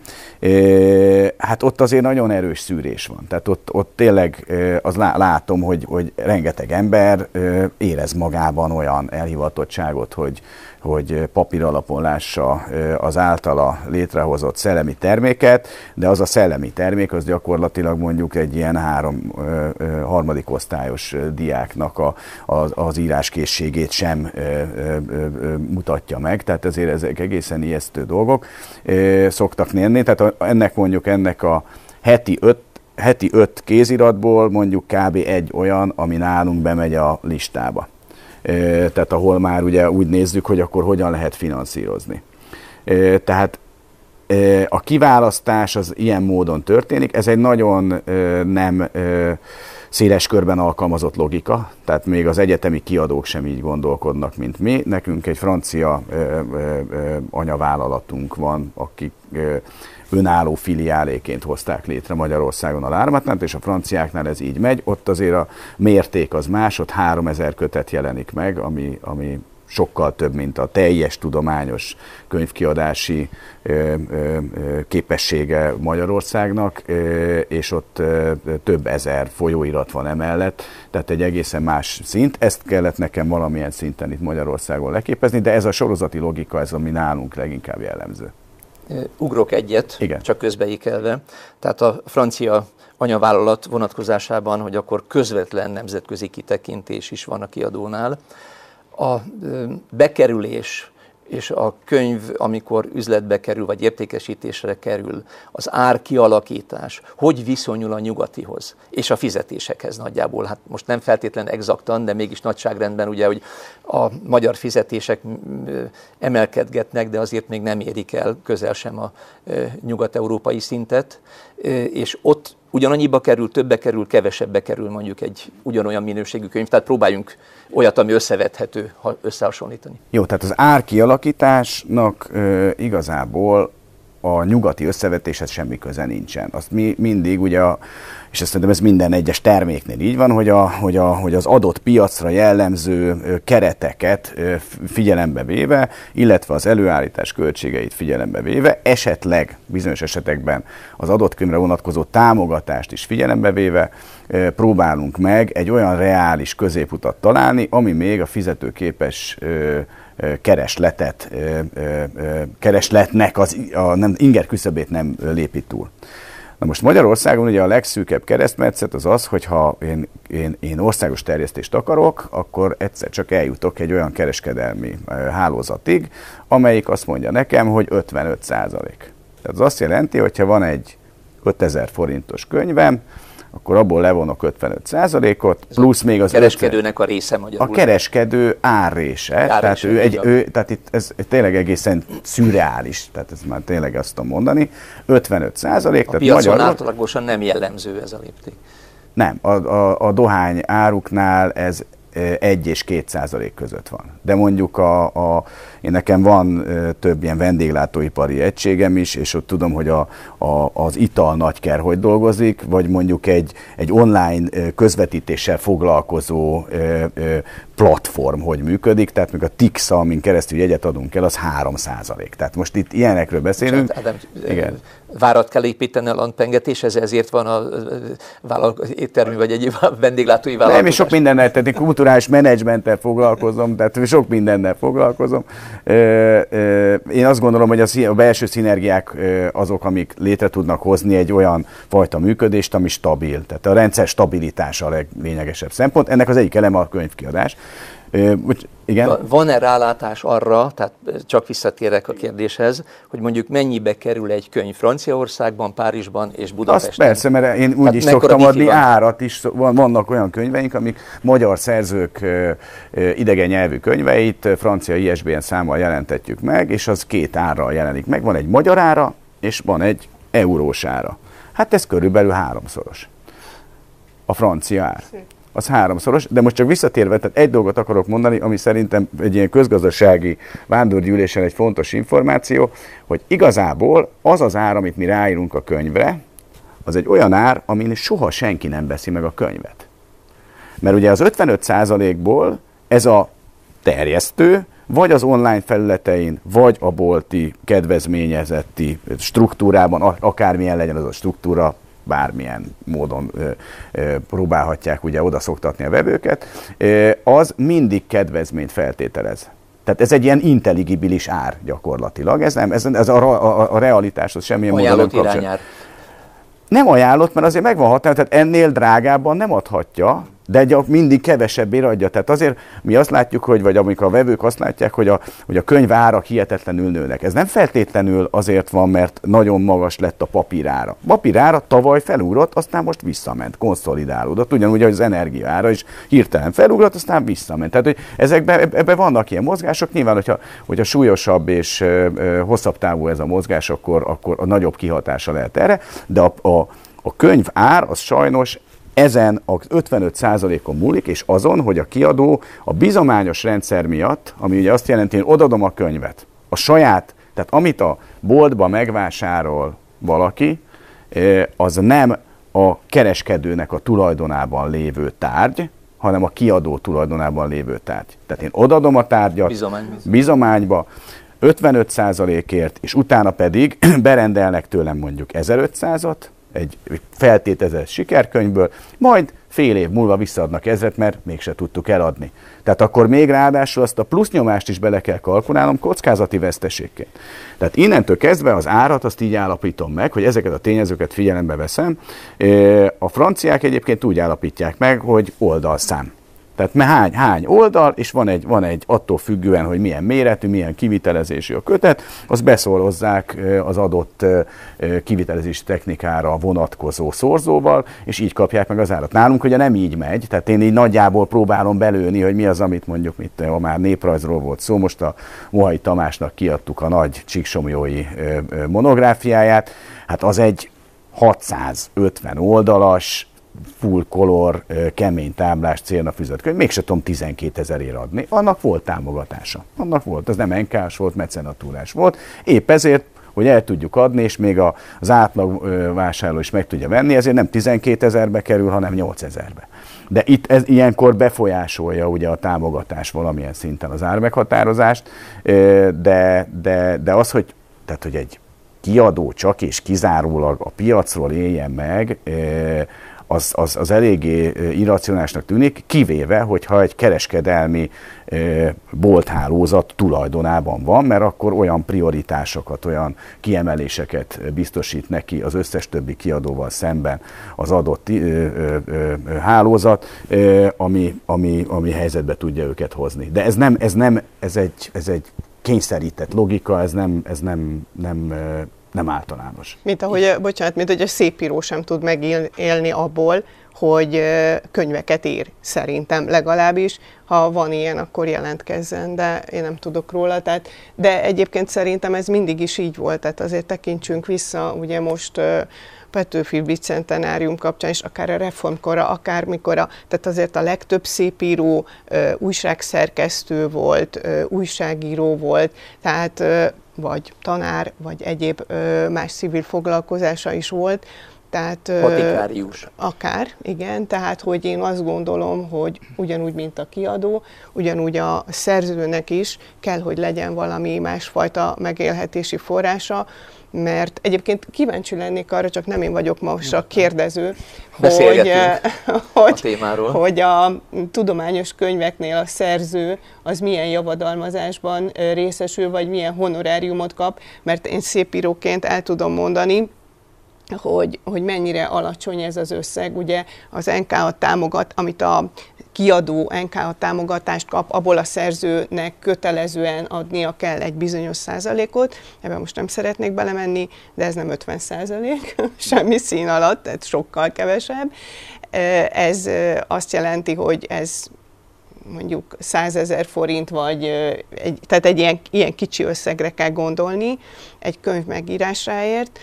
Speaker 3: Hát ott azért nagyon erős szűrés van. Tehát ott, ott tényleg az látom, hogy, hogy rengeteg ember érez magában olyan elhivatottságot, hogy, hogy papír alapon lássa az általa létrehozott szellemi terméket, de az a szellemi termék, az gyakorlatilag mondjuk egy ilyen három harmadik osztályos diáknak a, az, az íráskészségét sem ö, ö, ö, mutatja meg, tehát ezért ezek egészen ijesztő dolgok ö, szoktak lenni, tehát ennek mondjuk ennek a heti öt, heti öt kéziratból mondjuk kb. Egy olyan, ami nálunk bemegy a listába. Ö, tehát ahol már ugye úgy nézzük, hogy akkor hogyan lehet finanszírozni. Ö, tehát ö, a kiválasztás az ilyen módon történik, ez egy nagyon ö, nem ö, széles körben alkalmazott logika, tehát még az egyetemi kiadók sem így gondolkodnak, mint mi. Nekünk egy francia ö, ö, ö, anyavállalatunk van, akik ö, önálló filiáléként hozták létre Magyarországon a L'Harmattant, és a franciáknál ez így megy. Ott azért a mérték az más, ott háromezer kötet jelenik meg, ami, ami sokkal több, mint a teljes tudományos könyvkiadási ö, ö, képessége Magyarországnak, ö, és ott ö, több ezer folyóirat van emellett, tehát egy egészen más szint. Ezt kellett nekem valamilyen szinten itt Magyarországon leképezni, de ez a sorozati logika, ez ami nálunk leginkább jellemző.
Speaker 1: Ugrok egyet, igen, csak közbeékelve. Tehát a francia anyavállalat vonatkozásában, hogy akkor közvetlen nemzetközi kitekintés is van a kiadónál. A bekerülés és a könyv, amikor üzletbe kerül, vagy értékesítésre kerül, az ár kialakítás, hogy viszonyul a nyugatihoz, és a fizetésekhez nagyjából. Hát most nem feltétlen exaktan, de mégis nagyságrendben ugye, hogy a magyar fizetések emelkedgetnek, de azért még nem érik el közel sem a nyugat-európai szintet, és ott ugyanannyiba kerül, többe kerül, kevesebbe kerül mondjuk egy ugyanolyan minőségű könyv, tehát próbáljunk olyat, ami összevethető, ha összehasonlítani. Jó,
Speaker 3: tehát az árkialakításnak e, igazából a nyugati összevetéshez semmi köze nincsen. Azt mi mindig ugye, a, és azt szerintem ez minden egyes terméknél így van, hogy, a, hogy, a, hogy az adott piacra jellemző kereteket figyelembe véve, illetve az előállítás költségeit figyelembe véve, esetleg bizonyos esetekben az adott könyvre vonatkozó támogatást is figyelembe véve próbálunk meg egy olyan reális középutat találni, ami még a fizetőképes keresletet, keresletnek az a nem, inger küszöbét nem lépi túl. Na most Magyarországon ugye a legszűkebb keresztmetszet az az, hogy ha én, én, én országos terjesztést akarok, akkor egyszer csak eljutok egy olyan kereskedelmi hálózatig, amelyik azt mondja nekem, hogy ötvenöt százalék. Tehát az azt jelenti, hogyha van egy ötezer forintos könyvem, akkor abból levonok ötvenöt százalékot, plusz még az...
Speaker 1: A kereskedőnek a része magyarul.
Speaker 3: A kereskedő árrése. Tehát, ő egy, ő, tehát itt ez tényleg egészen szürreális, tehát ez már tényleg azt tudom mondani. ötvenöt százalék.
Speaker 1: A piacon magyarul, átlagosan nem jellemző ez a lépték.
Speaker 3: Nem, a, a, a dohány áruknál ez egy és két százalék között van. De mondjuk a, a, én nekem van több ilyen vendéglátóipari egységem is, és ott tudom, hogy a, a, az ital nagyker hogy dolgozik, vagy mondjuk egy, egy online közvetítéssel foglalkozó platform hogy működik, tehát még a Tixa, amin keresztül jegyet adunk el, az három százalék. Tehát most itt ilyenekről beszélünk.
Speaker 1: Ádám, igen. Várat kell építeni a landpengetéshez, ezért van a éttermű vagy egyéb vendéglátói vállalkozás. Nem,
Speaker 3: és sok mindennel, tehát kulturális menedzsmenttel foglalkozom, tehát sok mindennel foglalkozom. Én azt gondolom, hogy a belső szinergiák azok, amik létre tudnak hozni egy olyan fajta működést, ami stabil. Tehát a rendszer stabilitása a leglényegesebb szempont. Ennek az egyik eleme a könyvkiadás. Igen?
Speaker 1: Van-e rálátás arra, tehát csak visszatérek a kérdéshez, hogy mondjuk mennyibe kerül egy könyv Franciaországban, Párizsban és Budapesten?
Speaker 3: Azt persze, mert én úgy hát is szoktam adni van? árat is. Vannak olyan könyveink, amik magyar szerzők idegen nyelvű könyveit francia I S B N számmal jelentetjük meg, és az két árral jelenik meg. Van egy magyar ára, és van egy eurós ára. Hát ez körülbelül háromszoros. A francia ár. Az háromszoros, de most csak visszatérve, tehát egy dolgot akarok mondani, ami szerintem egy ilyen közgazdasági vándorgyűlésen egy fontos információ, hogy igazából az az ár, amit mi ráírunk a könyvre, az egy olyan ár, amin soha senki nem veszi meg a könyvet. Mert ugye az ötvenöt százalékból ez a terjesztő, vagy az online felületein, vagy a bolti kedvezményezetti struktúrában, akármilyen legyen az a struktúra, bármilyen módon ö, ö, próbálhatják ugye odaszoktatni a vevőket, ö, az mindig kedvezményt feltételez. Tehát ez egy ilyen intelligibilis ár gyakorlatilag. Ez, nem, ez, ez a, a, a realitás, az semmilyen módon nem kapcsolat. Nem ajánlott, mert azért megvan hatály, tehát ennél drágábban nem adhatja, de egy mindig kevesebbért adja. Tehát azért mi azt látjuk, hogy, vagy amikor a vevők azt látják, hogy a, hogy a könyv árak hihetetlenül nőnek. Ez nem feltétlenül azért van, mert nagyon magas lett a papírára. Papírára tavaly felugrott, aztán most visszament, konszolidálódott. Ugyanúgy, hogy az energiaára is hirtelen felugrott, aztán visszament. Tehát, hogy ezekben ebbe vannak ilyen mozgások. Nyilván, hogyha, hogyha súlyosabb és ö, hosszabb távú ez a mozgás, akkor, akkor a nagyobb kihatása lehet erre. De a, a, a könyv ár az sajnos ezen az ötvenöt százalékon múlik, és azon, hogy a kiadó a bizományos rendszer miatt, ami ugye azt jelenti, hogy odadom a könyvet, a saját, tehát amit a boltba megvásárol valaki, az nem a kereskedőnek a tulajdonában lévő tárgy, hanem a kiadó tulajdonában lévő tárgy. Tehát én odadom a tárgyat
Speaker 1: Bizomány,
Speaker 3: bizományba, ötvenöt százalékért, és utána pedig berendelnek tőlem mondjuk ezerötszázat, egy feltételezett sikerkönyvből, majd fél év múlva visszaadnak ezret, mert mégse tudtuk eladni. Tehát akkor még ráadásul azt a plusznyomást is bele kell kalkulálnom kockázati veszteségként. Tehát innentől kezdve az árat azt így állapítom meg, hogy ezeket a tényezőket figyelembe veszem. A franciák egyébként úgy állapítják meg, hogy oldalszám. Tehát hány, hány oldal, és van egy, van egy attól függően, hogy milyen méretű, milyen kivitelezésű a kötet, azt beszorozzák az adott kivitelezési technikára vonatkozó szorzóval, és így kapják meg az árat. Nálunk ugye nem így megy, tehát én így nagyjából próbálom belőni, hogy mi az, amit mondjuk, mit, ha már néprajzról volt szó, most a Mohai Tamásnak kiadtuk a nagy csíksomlyói monográfiáját, hát az egy hatszázötven oldalas, full color, kemény táblás célnafűzött könyv, mégse tudom tizenkétezerért adni. Annak volt támogatása. Annak volt, az nem en ká-s volt, mecenatúrás volt. Épp ezért, hogy el tudjuk adni, és még az átlag vásárló is meg tudja venni, ezért nem tizenkétezerbe kerül, hanem nyolcezerbe. De itt ez ilyenkor befolyásolja ugye a támogatás valamilyen szinten az ármeghatározást, de, de, de az, hogy, tehát, hogy egy kiadó csak és kizárólag a piacról éljen meg, Az, az, az eléggé irracionálisnak tűnik, kivéve, hogyha egy kereskedelmi e, bolthálózat tulajdonában van, mert akkor olyan prioritásokat, olyan kiemeléseket biztosít neki az összes többi kiadóval szemben az adott e, e, e, hálózat, e, ami, ami, ami helyzetbe tudja őket hozni. De ez nem, ez nem, ez egy, ez egy kényszerített logika, ez nem, ez nem, nem nem általános.
Speaker 2: Mint ahogy, bocsánat, mint hogy a szépíró sem tud megélni abból, hogy könyveket ír, szerintem legalábbis. Ha van ilyen, akkor jelentkezzen, de én nem tudok róla. Tehát, de egyébként szerintem ez mindig is így volt, tehát azért tekintsünk vissza, ugye most Petőfi bicentenárium kapcsán is, akár a reformkorra, akár mikor, tehát azért a legtöbb szépíró újságszerkesztő volt, újságíró volt, tehát vagy tanár, vagy egyéb ö, más civil foglalkozása is volt. Tehát,
Speaker 1: Patikárius.
Speaker 2: Akár, igen. Tehát, hogy én azt gondolom, hogy ugyanúgy, mint a kiadó, ugyanúgy a szerzőnek is kell, hogy legyen valami másfajta megélhetési forrása, mert egyébként kíváncsi lennék arra, csak nem én vagyok most a kérdező, hogy, hogy,
Speaker 1: a
Speaker 2: hogy a tudományos könyveknél a szerző az milyen javadalmazásban részesül, vagy milyen honoráriumot kap, mert én szépíróként el tudom mondani, hogy, hogy mennyire alacsony ez az összeg. Ugye az en ká á támogat, amit a kiadó en ká á támogatást kap, abból a szerzőnek kötelezően adnia kell egy bizonyos százalékot. Ebben most nem szeretnék belemenni, de ez nem ötven százalék, semmi szín alatt, tehát sokkal kevesebb. Ez azt jelenti, hogy ez mondjuk százezer forint, vagy egy, tehát egy ilyen, ilyen kicsi összegre kell gondolni egy könyv megírásáért.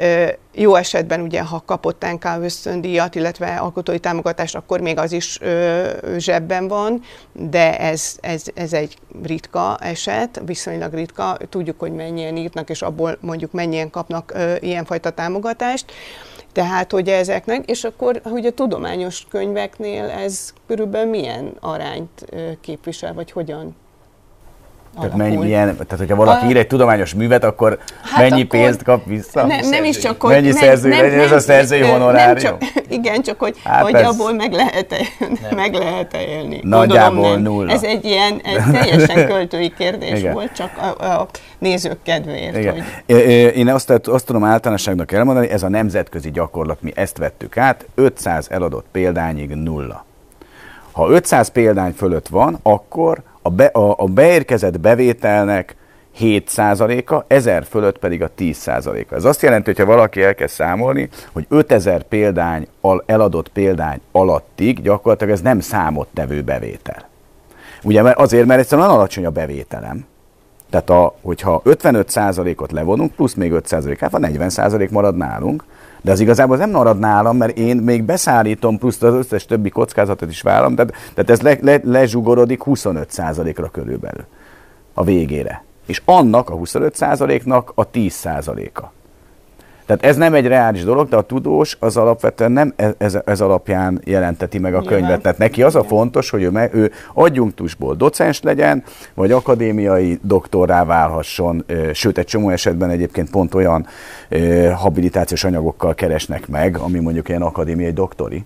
Speaker 2: Jó esetben ugye, ha kapott en ká á ösztöndíjat, illetve alkotói támogatást, akkor még az is ö, zsebben van, de ez, ez, ez egy ritka eset, viszonylag ritka. Tudjuk, hogy mennyien írnak, és abból mondjuk mennyien kapnak ö, ilyenfajta támogatást. Tehát, hogy ezeknek, és akkor, hogy a tudományos könyveknél ez körülbelül milyen arányt ö, képvisel, vagy hogyan?
Speaker 3: Tehát, mennyi, milyen, tehát, hogyha valaki a... ír egy tudományos művet, akkor hát mennyi akkor pénzt kap vissza?
Speaker 2: Ne, nem is csak, hogy...
Speaker 3: Mennyi nem, szerző, nem, nem, ez a szerzői honorárium?
Speaker 2: Igen, csak hogy, hát hogy ez... abból meg lehet, meg lehet élni.
Speaker 3: Nagyjából
Speaker 2: Gondolom,
Speaker 3: nulla.
Speaker 2: Ez egy ilyen egy teljesen költői kérdés Igen. volt, csak a, a nézők kedvéért.
Speaker 3: Igen.
Speaker 2: Hogy...
Speaker 3: Én azt, azt tudom általánosságnak elmondani, ez a nemzetközi gyakorlat, mi ezt vettük át, ötszáz eladott példányig nulla. Ha ötszáz példány fölött van, akkor a, be, a, a beérkezett bevételnek hét százaléka, ezer fölött pedig a tíz százaléka. Ez azt jelenti, hogy ha valaki elkezd számolni, hogy ötezer példány, eladott példány alattig gyakorlatilag ez nem számottevő bevétel. Ugye azért, mert egyszerűen nagyon alacsony a bevételem. Tehát a, hogyha ötvenöt százalékot levonunk, plusz még öt százalék, hát van negyven százalék marad nálunk, de az igazából nem marad nálam, mert én még beszállítom, plusz az összes többi kockázatot is vállalom, tehát, tehát ez le, le, lezsugorodik huszonöt százalékra körülbelül a végére. És annak a huszonöt százaléknak a tíz százaléka. Tehát ez nem egy reális dolog, de a tudós az alapvetően nem ez, ez alapján jelenteti meg a könyvet. Ja. Tehát neki az a fontos, hogy ő, ő adjunktusból docens legyen, vagy akadémiai doktorrá válhasson, sőt egy csomó esetben egyébként pont olyan habilitációs anyagokkal keresnek meg, ami mondjuk ilyen akadémiai doktori,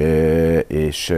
Speaker 3: és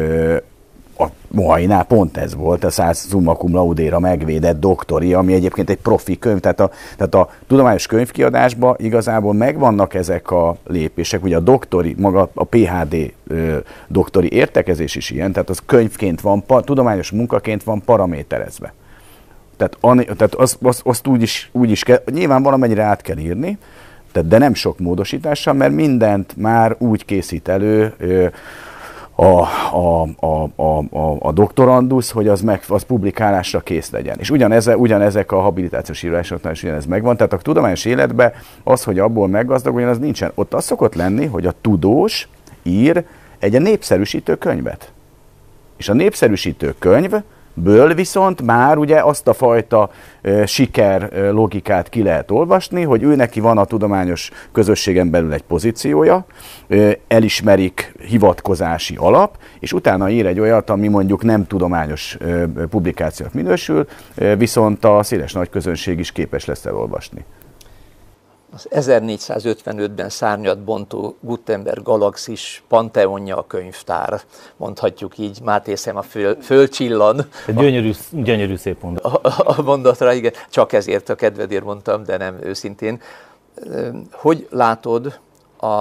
Speaker 3: a Mohainál pont ez volt, a száz summa cum laude-ra megvédett doktori, ami egyébként egy profi könyv, tehát a, tehát a tudományos könyvkiadásban igazából megvannak ezek a lépések, ugye a doktori, maga a pé há dé ö, doktori értekezés is ilyen, tehát az könyvként van, pa, tudományos munkaként van paraméterezve. Tehát, an, tehát azt, azt, azt úgy, is, úgy is kell, nyilván valamennyire át kell írni, tehát, de nem sok módosítással, mert mindent már úgy készít elő, ö, A, a, a, a, a, a doktorandusz, hogy az, meg, az publikálásra kész legyen. És ugyaneze, ugyanezek a habilitációs írásoknál is ugyanez megvan. Tehát a tudományos életben az, hogy abból meggazdagodjon, az nincsen. Ott az szokott lenni, hogy a tudós ír egy népszerűsítő könyvet. És a népszerűsítő könyvből viszont már ugye azt a fajta e, siker e, logikát ki lehet olvasni, hogy ő neki van a tudományos közösségen belül egy pozíciója, e, elismerik hivatkozási alap, és utána ír egy olyat, ami mondjuk nem tudományos e, publikációt minősül, e, viszont a széles nagy közönség is képes lesz elolvasni.
Speaker 1: Az ezernégyszázötvenötben szárnyat bontó Gutenberg galaxis panteonja a könyvtár, mondhatjuk így, Máté szem a föl, fölcsillan.
Speaker 4: Gyönyörű, gyönyörű szép mondat.
Speaker 1: A, a mondatra, igen, csak ezért a kedvedért mondtam, de nem őszintén. Hogy látod a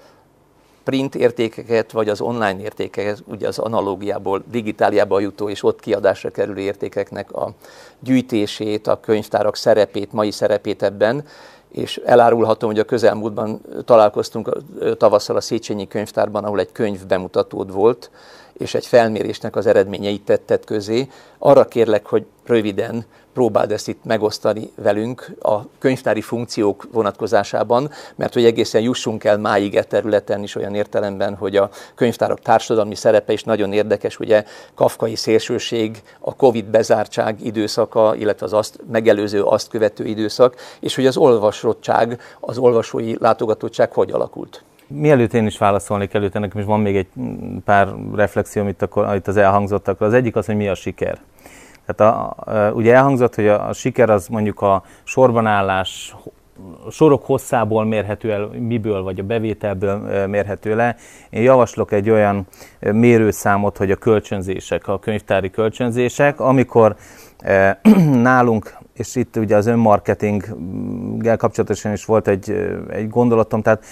Speaker 1: print értékeket, vagy az online értékeket, ugye az analógiából digitáliába jutó és ott kiadásra kerülő értékeknek a gyűjtését, a könyvtárak szerepét, mai szerepét ebben, és elárulhatom, hogy a közelmúltban találkoztunk tavasszal a Széchenyi Könyvtárban, ahol egy könyv bemutatód volt, és egy felmérésnek az eredményeit tetted közé. Arra kérlek, hogy röviden próbáld ezt itt megosztani velünk a könyvtári funkciók vonatkozásában, mert hogy egészen jussunk el máig e területen is olyan értelemben, hogy a könyvtárak társadalmi szerepe is nagyon érdekes, ugye kafkai szélsőség, a Covid bezártság időszaka, illetve az azt megelőző, azt követő időszak, és hogy az olvasottság, az olvasói látogatottság hogy alakult.
Speaker 4: Mielőtt én is válaszolnék előtte, nekem is van még egy pár reflexió, amit, akkor, itt az elhangzottakról. Az egyik az, hogy mi a siker. Tehát a, a, ugye elhangzott, hogy a, a siker az mondjuk a sorbanállás, a sorok hosszából mérhető el, miből vagy a bevételből mérhető le. Én javaslok egy olyan mérőszámot, hogy a kölcsönzések, a könyvtári kölcsönzések, amikor e, nálunk, és itt ugye az önmarketinggel kapcsolatosan is volt egy, egy gondolatom, tehát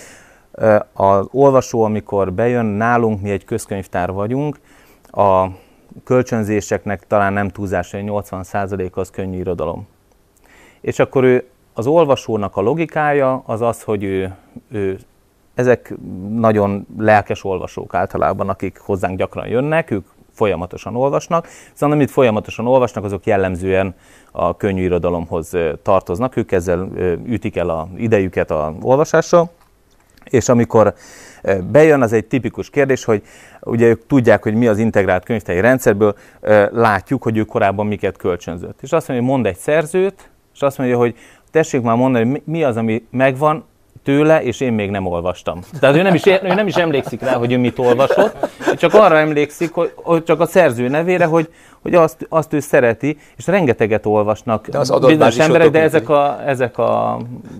Speaker 4: Az olvasó, amikor bejön, nálunk mi egy közkönyvtár vagyunk, a kölcsönzéseknek talán nem túlzás, hogy nyolcvan százalék az könnyű irodalom. És akkor ő, az olvasónak a logikája az az, hogy ő, ő ezek nagyon lelkes olvasók általában, akik hozzánk gyakran jönnek, ők folyamatosan olvasnak, viszont amit folyamatosan olvasnak, azok jellemzően a könnyű irodalomhoz tartoznak, ők ezzel ütik el az idejüket az olvasással, és amikor bejön, az egy tipikus kérdés, hogy ugye ők tudják, hogy mi az integrált könyvtári rendszerből, látjuk, hogy ő korábban miket kölcsönzött. És azt mondja, hogy mond egy szerzőt, és azt mondja, hogy tessék már mondani, hogy mi az, ami megvan tőle, és én még nem olvastam. Tehát ő nem is, ő nem is emlékszik rá, hogy ő mit olvasott, csak arra emlékszik, hogy, hogy csak a szerző nevére, hogy, hogy azt, azt ő szereti, és rengeteget olvasnak bizonyos emberek, de ezek a, ezek a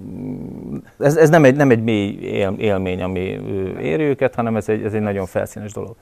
Speaker 4: ez, ez nem, egy, nem egy mély él, élmény, ami éri őket, hanem ez egy, ez egy nagyon felszínes dolog.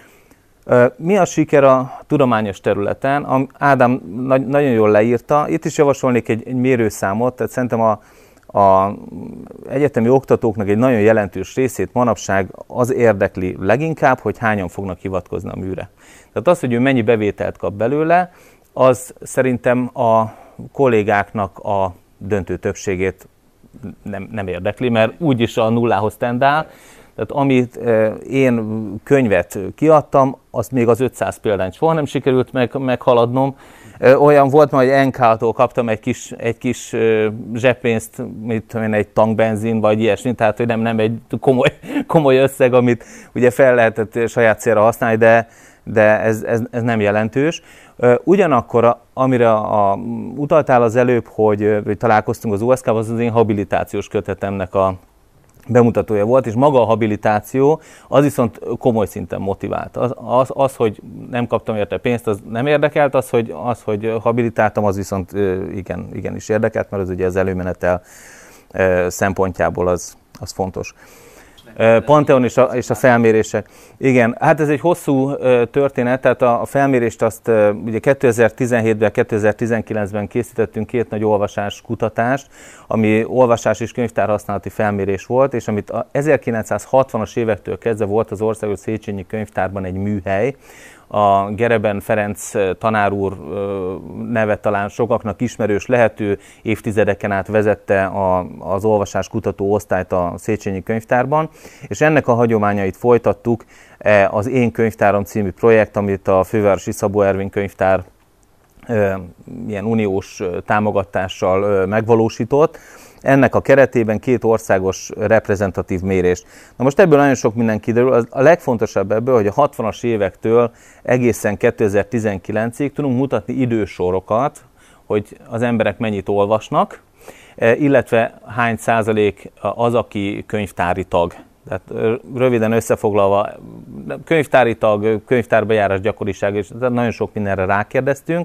Speaker 4: Mi a siker a tudományos területen? Ádám nagyon jól leírta, itt is javasolnék egy, egy mérőszámot, tehát szerintem a A egyetemi oktatóknak egy nagyon jelentős részét manapság az érdekli leginkább, hogy hányan fognak hivatkozni a műre. Tehát az, hogy ő mennyi bevételt kap belőle, az szerintem a kollégáknak a döntő többségét nem, nem érdekli, mert úgyis a nullához tendál. Tehát amit én könyvet kiadtam, azt még az ötszáz példányt soha nem sikerült meg, meghaladnom. Olyan volt, hogy en ká-tól kaptam egy kis, egy kis zseppénzt, mint egy tankbenzin, vagy ilyesmi, tehát hogy nem, nem egy komoly, komoly összeg, amit ugye fel lehetett saját célra használni, de, de ez, ez, ez nem jelentős. Ugyanakkor, amire a, utaltál az előbb, hogy, hogy találkoztunk az u es ká-val, az az én habilitációs kötetemnek a bemutatója volt, és maga a habilitáció az viszont komoly szinten motivált. Az, az, az hogy nem kaptam érte pénzt, az nem érdekelt, az, hogy, az, hogy habilitáltam, az viszont igen, igenis érdekelt, mert az ugye az előmenetel szempontjából az, az fontos. Pantheon és a, és a felmérések. Igen, hát ez egy hosszú történet, tehát a, a felmérést azt ugye kétezer-tizenhétben, kétezer-tizenkilencben készítettünk két nagy olvasás kutatást, ami olvasás és könyvtárhasználati felmérés volt, és amit a ezerkilencszázhatvanas évektől kezdve volt az Országos Széchenyi Könyvtárban egy műhely. A Gereben Ferenc tanár úr neve talán sokaknak ismerős, lehető évtizedeken át vezette a, az olvasás kutató osztályt a Széchenyi Könyvtárban, és ennek a hagyományait folytattuk az Én Könyvtáram című projekt, amit a Fővárosi Szabó Ervin Könyvtár ilyen uniós támogatással megvalósított. Ennek a keretében két országos reprezentatív mérést. Na most ebből nagyon sok minden kiderül. A legfontosabb ebből, hogy a hatvanas évektől egészen kétezer-tizenkilencig tudunk mutatni idősorokat, hogy az emberek mennyit olvasnak, illetve hány százalék az, aki könyvtári tag. Tehát röviden összefoglalva, könyvtári tag, könyvtárbejárás gyakoriság, és nagyon sok mindenre rákérdeztünk.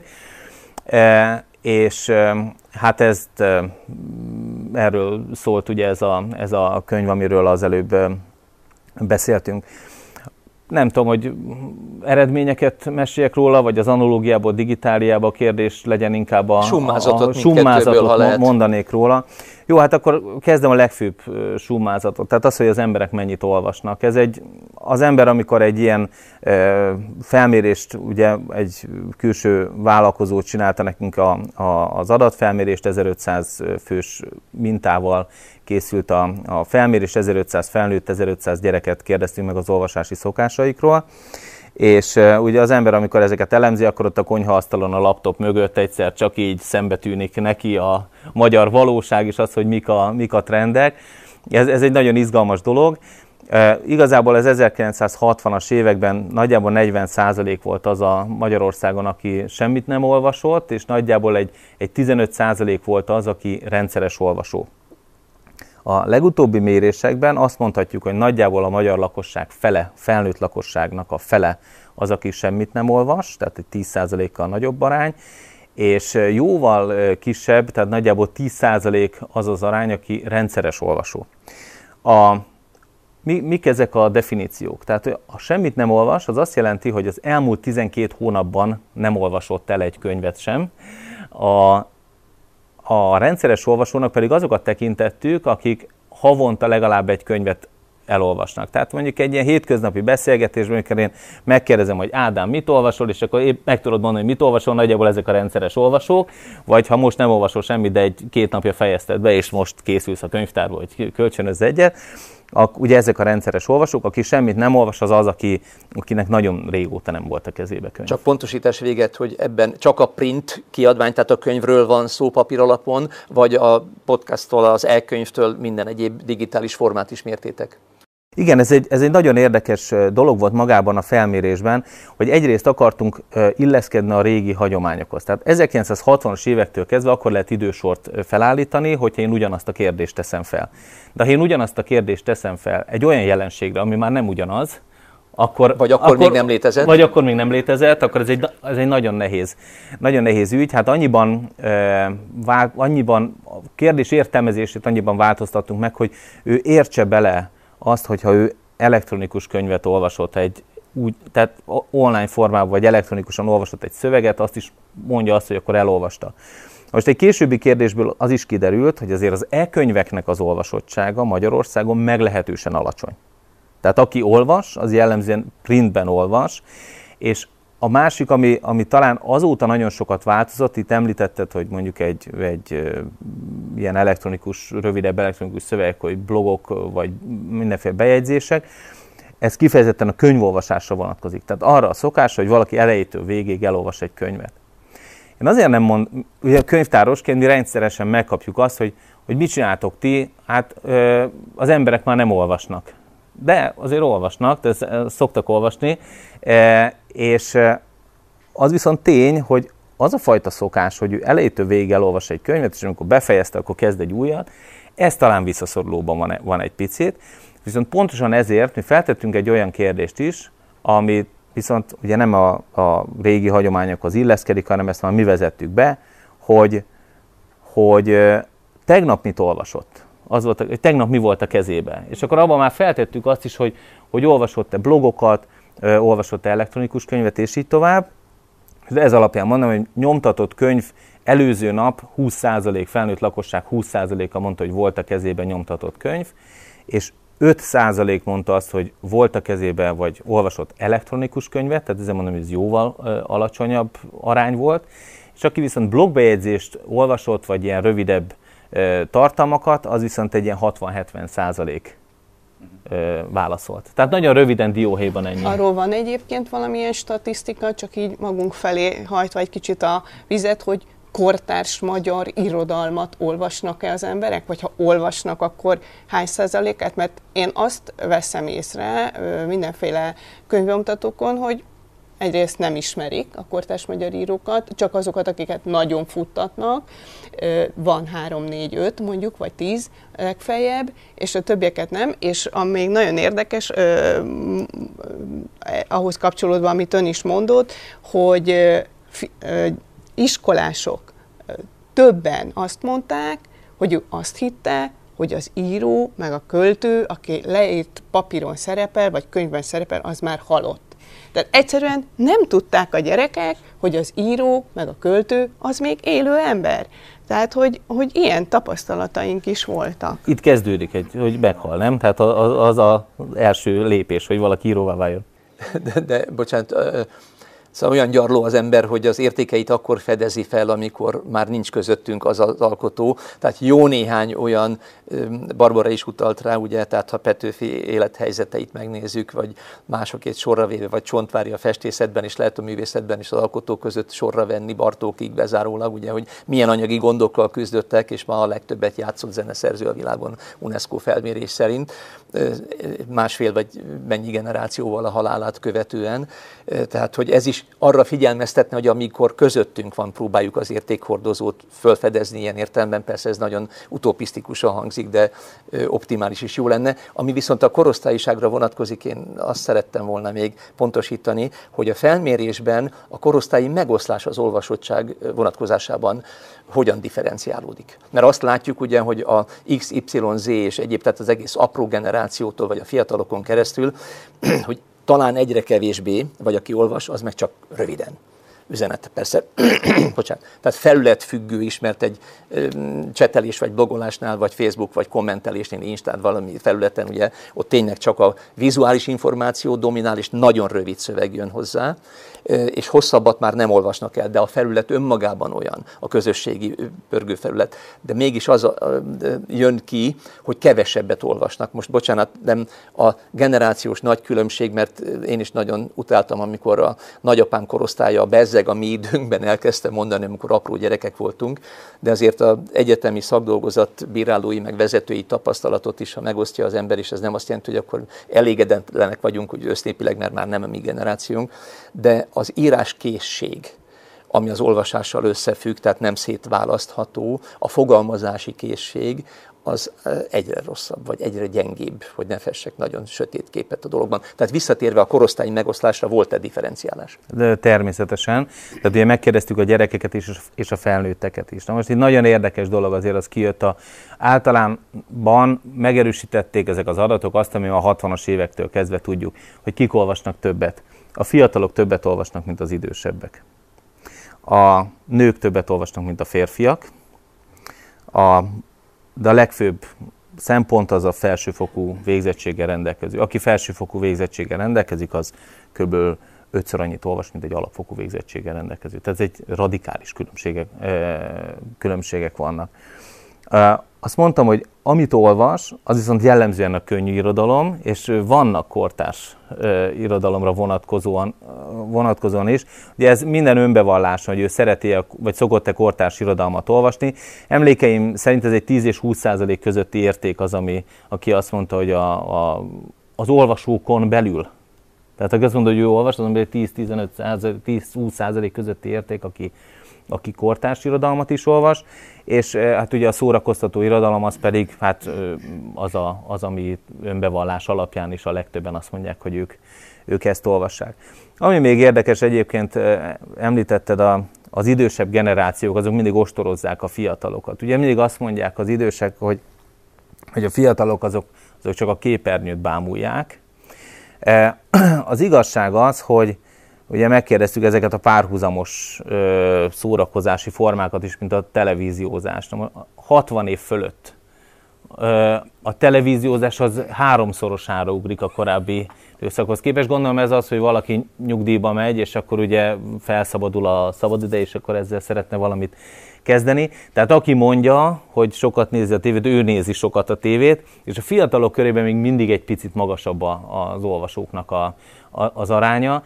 Speaker 4: És hát ezt, erről szólt ugye ez a, ez a könyv, amiről az előbb beszéltünk. Nem tudom, hogy eredményeket meséljek róla, vagy az analógiából, digitáliába a kérdés legyen inkább a
Speaker 1: summázatot,
Speaker 4: a, a summázatot mondanék róla. Jó, hát akkor kezdem a legfőbb summázatot, tehát az, hogy az emberek mennyit olvasnak. Ez egy, az ember, amikor egy ilyen e, felmérést, ugye egy külső vállalkozó csinálta nekünk a, a, az adatfelmérést, ezerötszáz fős mintával készült a, a felmérés, ezerötszáz felnőtt, ezerötszáz gyereket kérdeztünk meg az olvasási szokásaikról, és uh, ugye az ember, amikor ezeket elemzi, akkor ott a konyhaasztalon a laptop mögött egyszer csak így szembetűnik neki a magyar valóság, és az, hogy mik a, mik a trendek. Ez, ez egy nagyon izgalmas dolog. Uh, igazából az ezerkilencszázhatvanas években nagyjából negyven százalék volt az a Magyarországon, aki semmit nem olvasott, és nagyjából egy, egy tizenöt százalék volt az, aki rendszeres olvasó. A legutóbbi mérésekben azt mondhatjuk, hogy nagyjából a magyar lakosság fele, felnőtt lakosságnak a fele az, aki semmit nem olvas, tehát egy tíz százalékkal nagyobb arány, és jóval kisebb, tehát nagyjából tíz százalék az az arány, aki rendszeres olvasó. A, mi, mik ezek a definíciók? Tehát ha semmit nem olvas, az azt jelenti, hogy az elmúlt tizenkét hónapban nem olvasott el egy könyvet sem. A, A rendszeres olvasónak pedig azokat tekintettük, akik havonta legalább egy könyvet elolvasnak. Tehát mondjuk egy ilyen hétköznapi beszélgetésben, amikor én megkérdezem, hogy Ádám, mit olvasol, és akkor épp meg tudod mondani, hogy mit olvasol, nagyjából ezek a rendszeres olvasók, vagy ha most nem olvasol semmit, de egy két napja fejezted be, és most készülsz a könyvtárba, hogy kölcsönözz egyet, ugye ezek a rendszeres olvasók, aki semmit nem olvas, az az, aki, akinek nagyon régóta nem volt a kezébe könyv.
Speaker 1: Csak pontosítás véget, hogy ebben csak a print kiadvány, tehát a könyvről van szó papír alapon, vagy a podcasttól, az e-könyvtől minden egyéb digitális formát is mértétek?
Speaker 4: Igen, ez egy, ez egy nagyon érdekes dolog volt magában a felmérésben, hogy egyrészt akartunk illeszkedni a régi hagyományokhoz. Tehát ezerkilencszázhatvanas évektől kezdve akkor lehet idősort felállítani, hogyha én ugyanazt a kérdést teszem fel. De ha én ugyanazt a kérdést teszem fel egy olyan jelenségre, ami már nem ugyanaz, akkor...
Speaker 1: Vagy akkor, akkor még nem létezett?
Speaker 4: Vagy akkor még nem létezett, akkor ez egy, ez egy nagyon nehéz, nagyon nehéz ügy. Hát annyiban, vál, annyiban a kérdés értelmezését annyiban változtattunk meg, hogy ő értse bele azt, hogyha ő elektronikus könyvet olvasott, egy úgy, tehát online formában vagy elektronikusan olvasott egy szöveget, azt is mondja azt, hogy akkor elolvasta. Most egy későbbi kérdésből az is kiderült, hogy azért az e-könyveknek az olvasottsága Magyarországon meglehetősen alacsony. Tehát aki olvas, az jellemzően printben olvas, és a másik, ami, ami talán azóta nagyon sokat változott, itt említetted, hogy mondjuk egy, egy e, ilyen elektronikus, rövidebb elektronikus szövegek, vagy blogok, vagy mindenféle bejegyzések, ez kifejezetten a könyvolvasásra vonatkozik. Tehát arra a szokás, hogy valaki elejétől végig elolvas egy könyvet. Én azért nem mond, ugye könyvtárosként mi rendszeresen megkapjuk azt, hogy, hogy mit csináltok ti, hát ö, az emberek már nem olvasnak. De azért olvasnak, de szoktak olvasni, és az viszont tény, hogy az a fajta szokás, hogy ő elejétől végig elolvas egy könyvet, és amikor befejezte, akkor kezd egy újat, ez talán visszaszorulóban van, van egy picit, viszont pontosan ezért mi feltettünk egy olyan kérdést is, ami viszont ugye nem a, a régi hagyományokhoz illeszkedik, hanem ezt már mi vezettük be, hogy, hogy tegnap mit olvasott. Az volt, hogy tegnap mi volt a kezébe. És akkor abban már feltettük azt is, hogy, hogy olvasott-e blogokat, olvasott-e elektronikus könyvet, és így tovább. De ez alapján mondom, hogy nyomtatott könyv előző nap húsz százalék, felnőtt lakosság húsz százaléka mondta, hogy volt a kezében nyomtatott könyv, és öt százalék mondta azt, hogy volt a kezében, vagy olvasott elektronikus könyvet, tehát ezzel mondom, hogy ez jóval ö, alacsonyabb arány volt, és aki viszont blogbejegyzést olvasott, vagy ilyen rövidebb tartalmakat, az viszont egy ilyen hatvan-hetven százalék válaszolt. Tehát nagyon röviden dióhéjban ennyi.
Speaker 2: Arról van egyébként valamilyen statisztika, csak így magunk felé hajtva egy kicsit a vizet, hogy kortárs magyar irodalmat olvasnak-e az emberek? Vagy ha olvasnak, akkor hány százalékát? Mert én azt veszem észre mindenféle könyvbemutatókon, hogy egyrészt nem ismerik a kortárs magyar írókat, csak azokat, akiket nagyon futtatnak, van három, négy, öt mondjuk, vagy tíz legfeljebb, és a többieket nem, és ami még nagyon érdekes, eh, ahhoz kapcsolódva, amit ön is mondott, hogy eh, iskolások eh, többen azt mondták, hogy ő azt hitte, hogy az író, meg a költő, aki leírt papíron szerepel, vagy könyvben szerepel, az már halott. Tehát egyszerűen nem tudták a gyerekek, hogy az író, meg a költő, az még élő ember. Tehát, hogy, hogy ilyen tapasztalataink is voltak.
Speaker 4: Itt kezdődik, egy, hogy meghal, nem? Tehát az az első lépés, hogy valaki íróvá váljon.
Speaker 1: De, de bocsánat, szóval olyan gyarló az ember, hogy az értékeit akkor fedezi fel, amikor már nincs közöttünk az az alkotó. Tehát jó néhány olyan, Barbara is utalt rá, ugye, tehát ha Petőfi élethelyzeteit megnézzük, vagy másokét sorra véve, vagy Csontvári a festészetben és lehet a művészetben is az alkotók között sorra venni, Bartókig bezárólag, ugye, hogy milyen anyagi gondokkal küzdöttek, és ma a legtöbbet játszott zeneszerző a világon UNESCO felmérés szerint, másfél vagy mennyi generációval a halálát követően. Tehát, hogy ez is arra figyelmeztetne, hogy amikor közöttünk van, próbáljuk az értékhordozót felfedezni ilyen értelemben, persze ez nagyon utopisztikusan hangzik, de optimális is jó lenne. Ami viszont a korosztályiságra vonatkozik, én azt szerettem volna még pontosítani, hogy a felmérésben a korosztályi megoszlás az olvasottság vonatkozásában hogyan differenciálódik. Mert azt látjuk ugye, hogy a X, Y, Z és egyéb, tehát az egész apró generációtól, vagy a fiatalokon keresztül, hogy talán egyre kevésbé, vagy aki olvas, az meg csak röviden. üzenete. Persze, bocsánat, tehát felületfüggő is, mert egy csetelés vagy blogolásnál, vagy Facebook, vagy kommentelésnél, Instán valami felületen, ugye ott tényleg csak a vizuális információ dominál, és nagyon rövid szöveg jön hozzá, és hosszabbat már nem olvasnak el, de a felület önmagában olyan, a közösségi pörgőfelület, de mégis az a, jön ki, hogy kevesebbet olvasnak. Most bocsánat, nem a generációs nagy különbség, mert én is nagyon utáltam, amikor a nagyapám korosztálya a bezzeg a mi időnkben elkezdte mondani, amikor apró gyerekek voltunk, de azért az egyetemi szakdolgozat bírálói meg vezetői tapasztalatot is, ha megosztja az ember, és ez nem azt jelenti, hogy akkor elégedetlenek vagyunk, hogy össznépileg, mert már nem a mi generációnk, de az íráskészség, ami az olvasással összefügg, tehát nem szétválasztható, a fogalmazási készség, az egyre rosszabb, vagy egyre gyengébb, hogy ne fessek nagyon sötét képet a dologban. Tehát visszatérve a korosztályi megoszlásra, volt-e differenciálás?
Speaker 4: De természetesen. Tehát ugye megkérdeztük a gyerekeket is, és a felnőtteket is. Na most egy nagyon érdekes dolog azért az kijött, a, általában megerősítették ezek az adatok azt, ami a hatvanas évektől kezdve tudjuk, hogy kik olvasnak többet. A fiatalok többet olvasnak, mint az idősebbek. A nők többet olvasnak, mint a férfiak. A De a legfőbb szempont az a felsőfokú végzettséggel rendelkező. Aki felsőfokú végzettséggel rendelkezik, az kb. ötször annyit olvas, mint egy alapfokú végzettséggel rendelkező. Tehát ez egy radikális különbségek, különbségek vannak. Azt mondtam, hogy amit olvas, az viszont jellemzően a könnyű irodalom, és vannak kortárs irodalomra vonatkozóan, vonatkozóan is. Ugye ez minden önbevallás, hogy ő szereti, vagy szokott-e kortárs irodalmat olvasni. Emlékeim szerint ez egy tíz és húsz százalék közötti érték az, ami, aki azt mondta, hogy a, a, az olvasókon belül. Tehát aki azt mondta, hogy ő olvas, az egy tíz-tizenöt százalék, tíz-húsz százalék közötti érték, aki aki kortárs irodalmat is olvas, és hát ugye a szórakoztató irodalom az pedig hát az, a, az ami önbevallás alapján is a legtöbben azt mondják, hogy ők, ők ezt olvassák. Ami még érdekes egyébként, említetted a, az idősebb generációk, azok mindig ostorozzák a fiatalokat. Ugye mindig azt mondják az idősek, hogy, hogy a fiatalok azok, azok csak a képernyőt bámulják. Az igazság az, hogy ugye megkérdeztük ezeket a párhuzamos ö, szórakozási formákat is, mint a televíziózás. hatvan év fölött ö, a televíziózás az háromszorosára ugrik a korábbi időszakhoz képest. Gondolom ez az, hogy valaki nyugdíjba megy, és akkor ugye felszabadul a szabadidő, és akkor ezzel szeretne valamit kezdeni. Tehát aki mondja, hogy sokat nézi a tévét, ő nézi sokat a tévét, és a fiatalok körében még mindig egy picit magasabb az olvasóknak a, a, az aránya.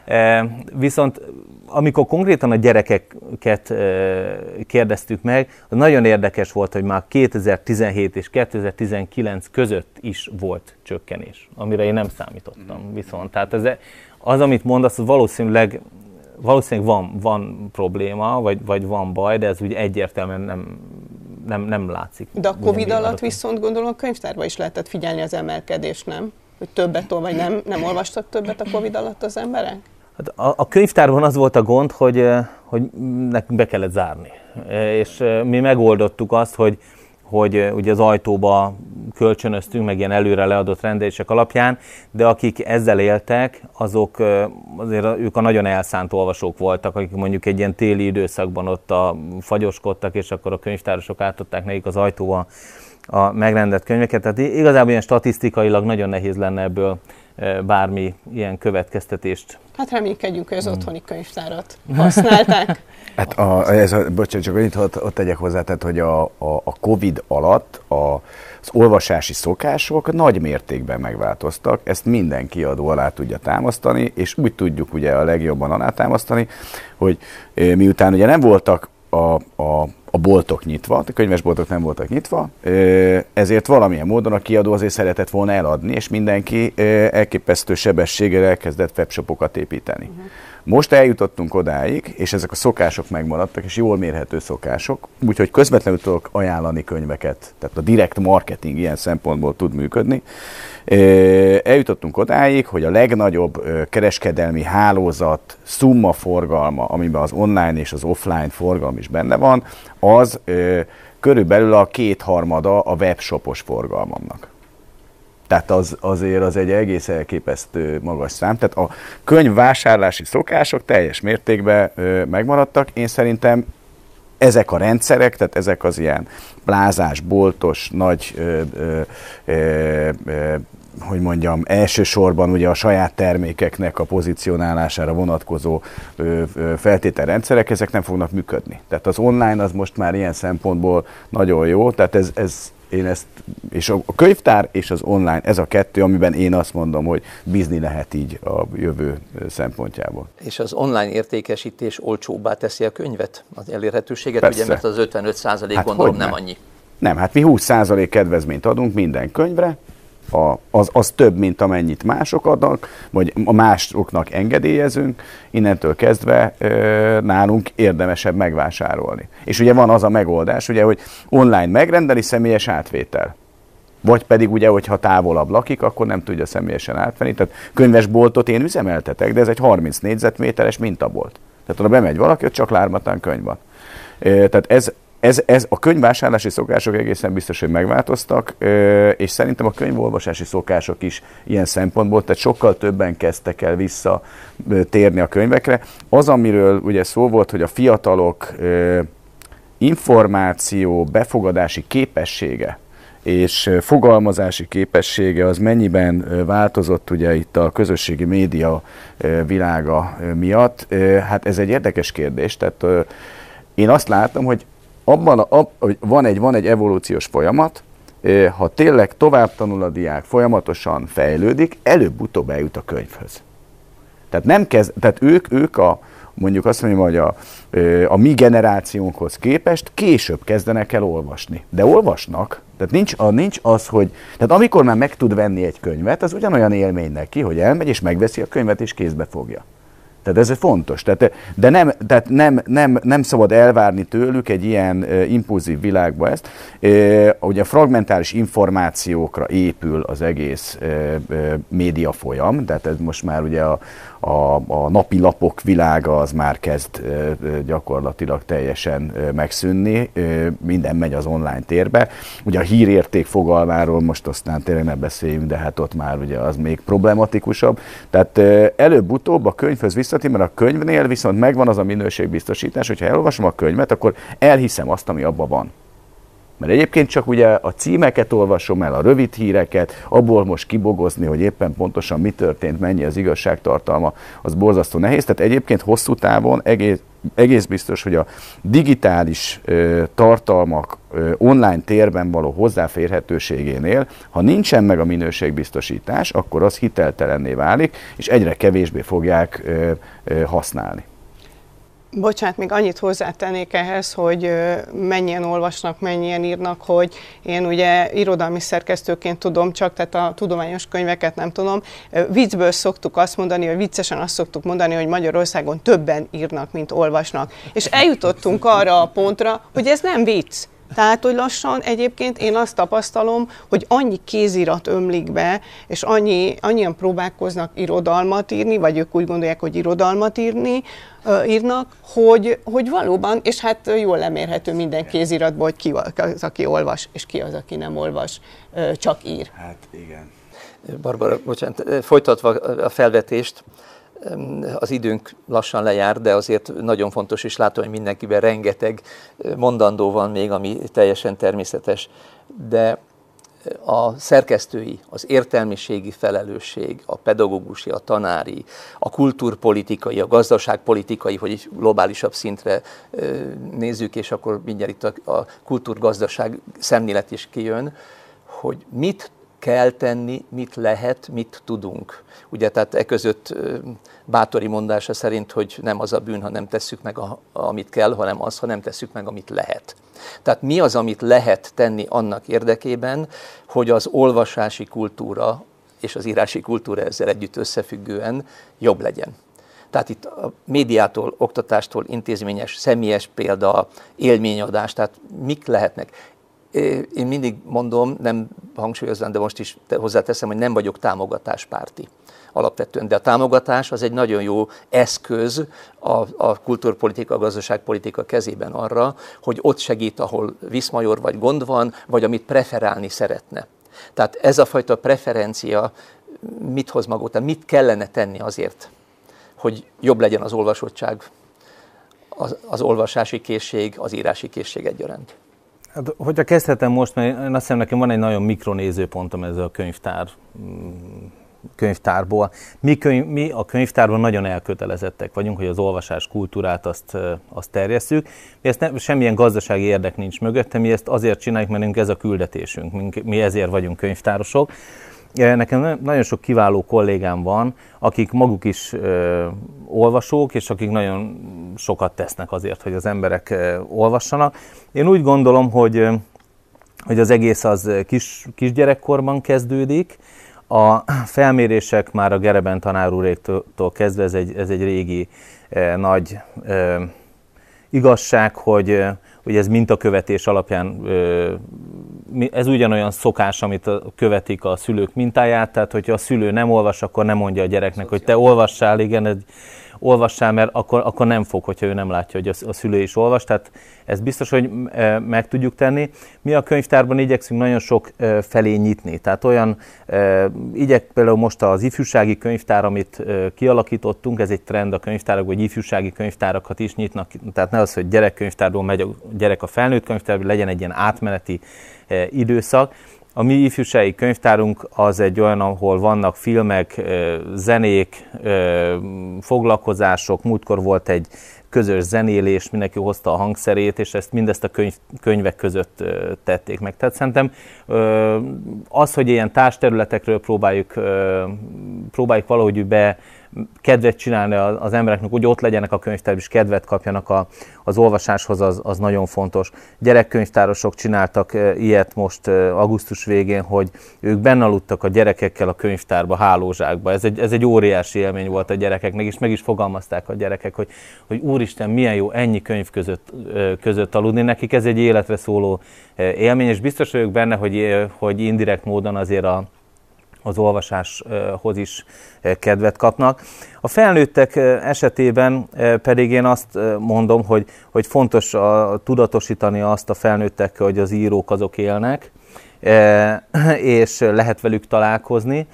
Speaker 4: Viszont amikor konkrétan a gyerekeket kérdeztük meg, az nagyon érdekes volt, hogy már kétezer-tizenhét és kétezer-tizenkilenc között is volt csökkenés, amire én nem számítottam. Viszont tehát ez, az, amit mondasz, az valószínűleg, valószínűleg van, van probléma, vagy, vagy van baj, de ez úgy egyértelműen nem, nem, nem látszik.
Speaker 2: De a Covid alatt viszont gondolom a könyvtárban is lehetett figyelni az emelkedést, nem? Hogy többet ol, vagy nem, nem olvastak többet a Covid alatt az emberek?
Speaker 4: Hát a, a könyvtárban az volt a gond, hogy, hogy nekünk be kellett zárni. És mi megoldottuk azt, hogy, hogy ugye az ajtóba kölcsönöztünk, meg ilyen előre leadott rendelések alapján, de akik ezzel éltek, azok azért ők a nagyon elszánt olvasók voltak, akik mondjuk egy ilyen téli időszakban ott a fagyoskodtak, és akkor a könyvtárosok átadták nekik az ajtóba a megrendelt könyveket. Tehát igazából ilyen statisztikailag nagyon nehéz lenne ebből bármi ilyen következtetést.
Speaker 2: Hát reménykedjünk, hogy az otthoni könyvtárat használták.
Speaker 3: Hát a, ez a, bocsánat, csak annyit ott, ott tegyek hozzá, tehát, hogy a, a, a Covid alatt a, az olvasási szokások nagy mértékben megváltoztak, ezt minden kiadó alá tudja támasztani, és úgy tudjuk ugye a legjobban alátámasztani, hogy miután ugye nem voltak a, a a boltok nyitva, a könyvesboltok nem voltak nyitva, ezért valamilyen módon a kiadó azért szeretett volna eladni, és mindenki elképesztő sebességgel elkezdett webshopokat építeni. Uh-huh. Most eljutottunk odáig, és ezek a szokások megmaradtak, és jól mérhető szokások, úgyhogy közvetlenül tudok ajánlani könyveket, tehát a direct marketing ilyen szempontból tud működni. Eljutottunk odáig, hogy a legnagyobb kereskedelmi hálózat szumma forgalma, amiben az online és az offline forgalom is benne van, az körülbelül a kétharmada a webshopos forgalmamnak. Tehát az, azért az egy egész elképesztő magas szám. Tehát a könyvvásárlási szokások teljes mértékben ö, megmaradtak. Én szerintem ezek a rendszerek, tehát ezek az ilyen plázás, boltos, nagy, ö, ö, ö, ö, hogy mondjam, elsősorban ugye a saját termékeknek a pozícionálására vonatkozó ö, ö, feltételrendszerek, ezek nem fognak működni. Tehát az online az most már ilyen szempontból nagyon jó, tehát ez, ez én ezt, és a könyvtár és az online, ez a kettő, amiben én azt mondom, hogy bízni lehet így a jövő szempontjából.
Speaker 1: És az online értékesítés olcsóbbá teszi a könyvet, az elérhetőséget,
Speaker 3: Persze.
Speaker 1: ugye, mert az ötvenöt százalék
Speaker 3: Hát
Speaker 1: gondolom
Speaker 3: hogyne.
Speaker 1: nem annyi.
Speaker 3: Nem, hát mi húsz százalék kedvezményt adunk minden könyvre, a, az, az több, mint amennyit mások adnak, vagy a másoknak engedélyezünk, innentől kezdve e, nálunk érdemesebb megvásárolni. És ugye van az a megoldás, ugye, hogy online megrendeli, személyes átvétel. Vagy pedig ugye, hogyha távolabb lakik, akkor nem tudja személyesen átvenni. Tehát könyvesboltot én üzemeltetek, de ez egy harminc négyzetméteres mintabolt. Tehát oda bemegy valaki, ott csak lármatán könyv van. E, tehát ez Ez, ez a könyvvásárlási szokások egészen biztos, hogy megváltoztak, és szerintem a könyvolvasási szokások is ilyen szempontból, tehát sokkal többen kezdtek el visszatérni a könyvekre. Az, amiről ugye szó volt, hogy a fiatalok információ befogadási képessége és fogalmazási képessége az mennyiben változott ugye itt a közösségi média világa miatt, hát ez egy érdekes kérdés. Tehát én azt látom, hogy abban a, ab, hogy van egy, van egy evolúciós folyamat, ha tényleg tovább tanul a diák, folyamatosan fejlődik, előbb-utóbb eljut a könyvhöz. Tehát, nem kezd, tehát ők, ők a, mondjuk azt mondjam, hogy a, a mi generációnkhoz képest később kezdenek el olvasni. De olvasnak, tehát nincs, a, nincs az, hogy, tehát amikor már meg tud venni egy könyvet, az ugyanolyan élmény neki, hogy elmegy és megveszi a könyvet és kézbe fogja. Tehát ez fontos. Tehát, de nem, tehát nem, nem, nem szabad elvárni tőlük egy ilyen uh, impulzív világba ezt. Uh, ugye a fragmentáris információkra épül az egész uh, uh, média folyam, tehát ez most már ugye a, a, a napi lapok világa az már kezd uh, gyakorlatilag teljesen uh, megszűnni, uh, minden megy az online térbe. Ugye a hírérték fogalmáról most aztán tényleg ne beszéljünk, de hát ott már ugye az még problematikusabb. Tehát uh, előbb-utóbb a könyvhöz vissza, mert a könyvnél viszont megvan az a minőségbiztosítás, hogyha elolvasom a könyvet, akkor elhiszem azt, ami abban van. Mert egyébként csak ugye a címeket olvasom el, a rövid híreket, abból most kibogozni, hogy éppen pontosan mi történt, mennyi az igazságtartalma, az borzasztó nehéz. Tehát egyébként hosszú távon egész, egész biztos, hogy a digitális ö, tartalmak ö, online térben való hozzáférhetőségénél, ha nincsen meg a minőségbiztosítás, akkor az hiteltelenné válik, és egyre kevésbé fogják ö, ö, használni.
Speaker 2: Bocsánat, még annyit hozzátennék ehhez, hogy mennyien olvasnak, mennyien írnak, hogy én ugye irodalmi szerkesztőként tudom csak, tehát a tudományos könyveket nem tudom. Viccből szoktuk azt mondani, vagy viccesen azt szoktuk mondani, hogy Magyarországon többen írnak, mint olvasnak. És eljutottunk arra a pontra, hogy ez nem vicc. Tehát, hogy lassan egyébként én azt tapasztalom, hogy annyi kézirat ömlik be, és annyi, annyian próbálkoznak irodalmat írni, vagy ők úgy gondolják, hogy irodalmat írni, írnak, hogy, hogy valóban, és hát jól lemérhető minden kéziratból, hogy ki az, aki olvas, és ki az, aki nem olvas, csak ír.
Speaker 3: Hát igen.
Speaker 1: Barbara, bocsánat, folytatva a felvetést, az időnk lassan lejár, de azért nagyon fontos, és látom, hogy mindenkiben rengeteg mondandó van még, ami teljesen természetes, de a szerkesztői, az értelmiségi felelősség, a pedagógusi, a tanári, a kultúrpolitikai, a gazdaságpolitikai, hogy egy globálisabb szintre nézzük, és akkor mindjárt itt a, a kultúrgazdaság szemlélet is kijön, hogy mit kell tenni, mit lehet, mit tudunk. Ugye, tehát e között Báthori mondása szerint, hogy nem az a bűn, ha nem tesszük meg, a, amit kell, hanem az, ha nem tesszük meg, amit lehet. Tehát mi az, amit lehet tenni annak érdekében, hogy az olvasási kultúra és az írási kultúra ezzel együtt összefüggően jobb legyen. Tehát itt a médiától, oktatástól, intézményes, személyes példa, élményadás, tehát mik lehetnek. Én mindig mondom, nem hangsúlyozom, de most is hozzáteszem, hogy nem vagyok támogatáspárti alapvetően, de a támogatás az egy nagyon jó eszköz a, a kultúrpolitika, a gazdaságpolitika kezében arra, hogy ott segít, ahol viszmajor vagy gond van, vagy amit preferálni szeretne. Tehát ez a fajta preferencia mit hoz maga után, mit kellene tenni azért, hogy jobb legyen az olvasottság, az, az olvasási készség, az írási készség egyaránt.
Speaker 4: Hát, hogyha kezdhetem most, mert én azt hiszem, nekem van egy nagyon mikronézőpontom ezzel a könyvtár, könyvtárból. Mi, könyv, mi a könyvtárban nagyon elkötelezettek vagyunk, hogy az olvasás kultúrát azt, azt terjesszük. Mi ezt nem, semmilyen gazdasági érdek nincs mögötte, mi ezt azért csináljuk, mert ez a küldetésünk, mi ezért vagyunk könyvtárosok. Nekem nagyon sok kiváló kollégám van, akik maguk is ö, olvasók, és akik nagyon sokat tesznek azért, hogy az emberek ö, olvassanak. Én úgy gondolom, hogy, hogy az egész az kis, kisgyerekkorban kezdődik. A felmérések már a Gereben tanár úréktól kezdve, ez egy, ez egy régi ö, nagy ö, igazság, hogy, hogy ez mintakövetés alapján, ez ugyanolyan szokás, amit követik a szülők mintáját, tehát hogyha a szülő nem olvas, akkor nem mondja a gyereknek, hogy te olvassál, igen, olvassál, mert akkor, akkor nem fog, hogyha ő nem látja, hogy a szülő is olvas, tehát ezt biztos, hogy meg tudjuk tenni. Mi a könyvtárban igyekszünk nagyon sok felé nyitni, tehát olyan, igyek például most az ifjúsági könyvtár, amit kialakítottunk, ez egy trend a könyvtárak, hogy ifjúsági könyvtárakat is nyitnak, tehát ne az, hogy gyerekkönyvtárból megy a gyerek a felnőtt könyvtárból, legyen egy ilyen átmeneti időszak. A mi ifjúsági könyvtárunk az egy olyan, ahol vannak filmek, zenék, foglalkozások. Múltkor volt egy közös zenélés, mindenki hozta a hangszerét, és ezt mindezt a könyv, könyvek között tették meg. Tehát szerintem az, hogy ilyen társterületekről próbáljuk, próbáljuk valahogy be kedvet csinálni az embereknek, hogy ott legyenek a könyvtárban, és kedvet kapjanak a, az olvasáshoz, az, az nagyon fontos. Gyerekkönyvtárosok csináltak ilyet most augusztus végén, hogy ők benn aludtak a gyerekekkel a könyvtárba, hálózsákba. Ez egy, ez egy óriási élmény volt a gyerekeknek, és meg is fogalmazták a gyerekek, hogy, hogy úristen, milyen jó ennyi könyv között, között aludni. Nekik ez egy életre szóló élmény, és biztos vagyok benne, hogy, hogy indirekt módon azért a az olvasáshoz is kedvet kapnak. A felnőttek esetében pedig én azt mondom, hogy, hogy fontos a, tudatosítani azt a felnőttekkel, hogy az írók azok élnek, és lehet velük találkozni.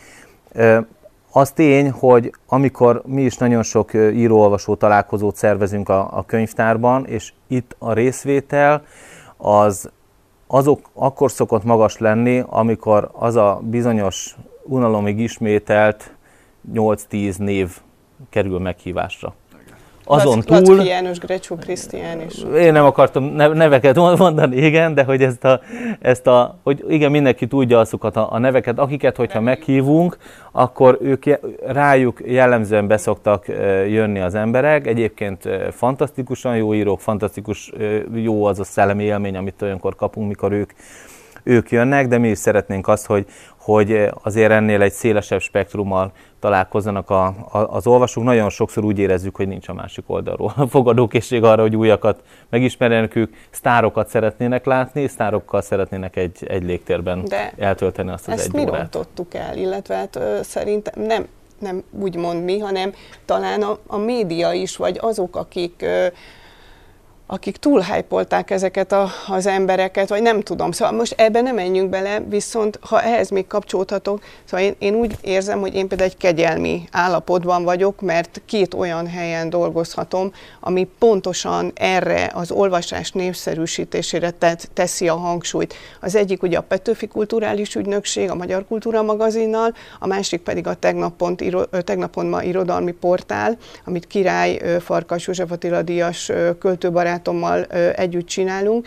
Speaker 4: Az tény, hogy amikor mi is nagyon sok író-olvasó találkozót szervezünk a, a könyvtárban, és itt a részvétel az azok akkor szokott magas lenni, amikor az a bizonyos unalomig ismételt nyolc-tíz név kerül meghívásra. Azon túl...
Speaker 2: Latfi János, Grecsó Krisztián is.
Speaker 4: Én nem akartam neveket mondani, igen, de hogy ezt a, ezt a hogy igen, mindenki tudja azokat a, a neveket, akiket, hogyha meghívunk, akkor ők rájuk jellemzően beszoktak jönni az emberek. Egyébként fantasztikusan jó írók, fantasztikus jó az a szellemi élmény, amit olyankor kapunk, mikor ők ők jönnek, de mi is szeretnénk azt, hogy, hogy azért ennél egy szélesebb spektrummal találkozzanak a, a, az olvasók. Nagyon sokszor úgy érezzük, hogy nincs a másik oldalról a fogadókészség arra, hogy újakat megismerjenek, ők sztárokat szeretnének látni, sztárokkal szeretnének egy, egy légtérben de eltölteni azt az egy órát.
Speaker 2: Ezt mi rontottuk el, illetve hát, ö, szerintem nem, nem úgymond mi, hanem talán a, a média is, vagy azok, akik... Ö, akik túlhypolták ezeket a, az embereket, vagy nem tudom. Szóval most ebben nem menjünk bele, viszont ha ehhez még kapcsolódhatok, szóval én, én úgy érzem, hogy én például egy kegyelmi állapotban vagyok, mert két olyan helyen dolgozhatom, ami pontosan erre az olvasás népszerűsítésére teszi a hangsúlyt. Az egyik ugye a Petőfi Kulturális Ügynökség, a Magyar Kultúra magazinnal, a másik pedig a Tegnapon, Tegnapon ma irodalmi portál, amit Király Farkas József Attila díjas költőbarát együtt csinálunk.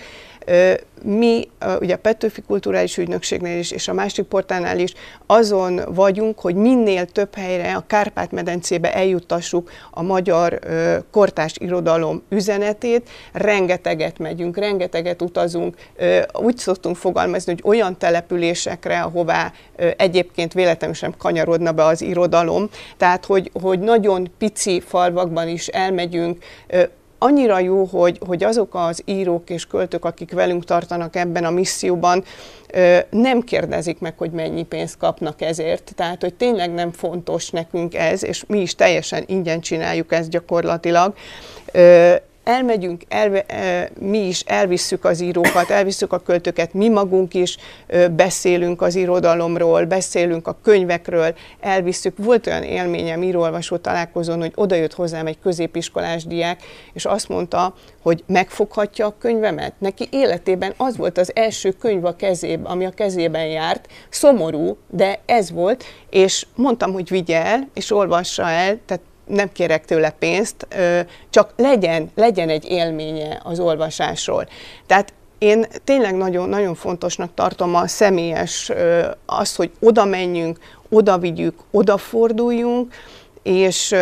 Speaker 2: Mi ugye a Petőfi Kulturális Ügynökségnél is, és a másik portálnál is azon vagyunk, hogy minél több helyre a Kárpát-medencébe eljuttassuk a magyar kortárs irodalom üzenetét. Rengeteget megyünk, rengeteget utazunk. Úgy szoktunk fogalmazni, hogy olyan településekre, ahová egyébként véletlenül sem kanyarodna be az irodalom. Tehát, hogy, hogy nagyon pici falvakban is elmegyünk. Annyira jó, hogy, hogy azok az írók és költők, akik velünk tartanak ebben a misszióban, nem kérdezik meg, hogy mennyi pénzt kapnak ezért. Tehát, hogy tényleg nem fontos nekünk ez, és mi is teljesen ingyen csináljuk ezt gyakorlatilag. elmegyünk, elve, mi is elvisszük az írókat, elvisszük a költőket, mi magunk is beszélünk az irodalomról, beszélünk a könyvekről, elvisszük. Volt olyan élményem író-olvasó találkozón, hogy odajött hozzám egy középiskolás diák, és azt mondta, hogy megfoghatja a könyvemet. Neki életében az volt az első könyv a kezében, ami a kezében járt, szomorú, de ez volt, és mondtam, hogy vigye el, és olvassa el, tehát nem kérek tőle pénzt, csak legyen, legyen egy élménye az olvasásról. Tehát én tényleg nagyon, nagyon fontosnak tartom a személyes, az, hogy oda menjünk, oda vigyük, odaforduljunk, és,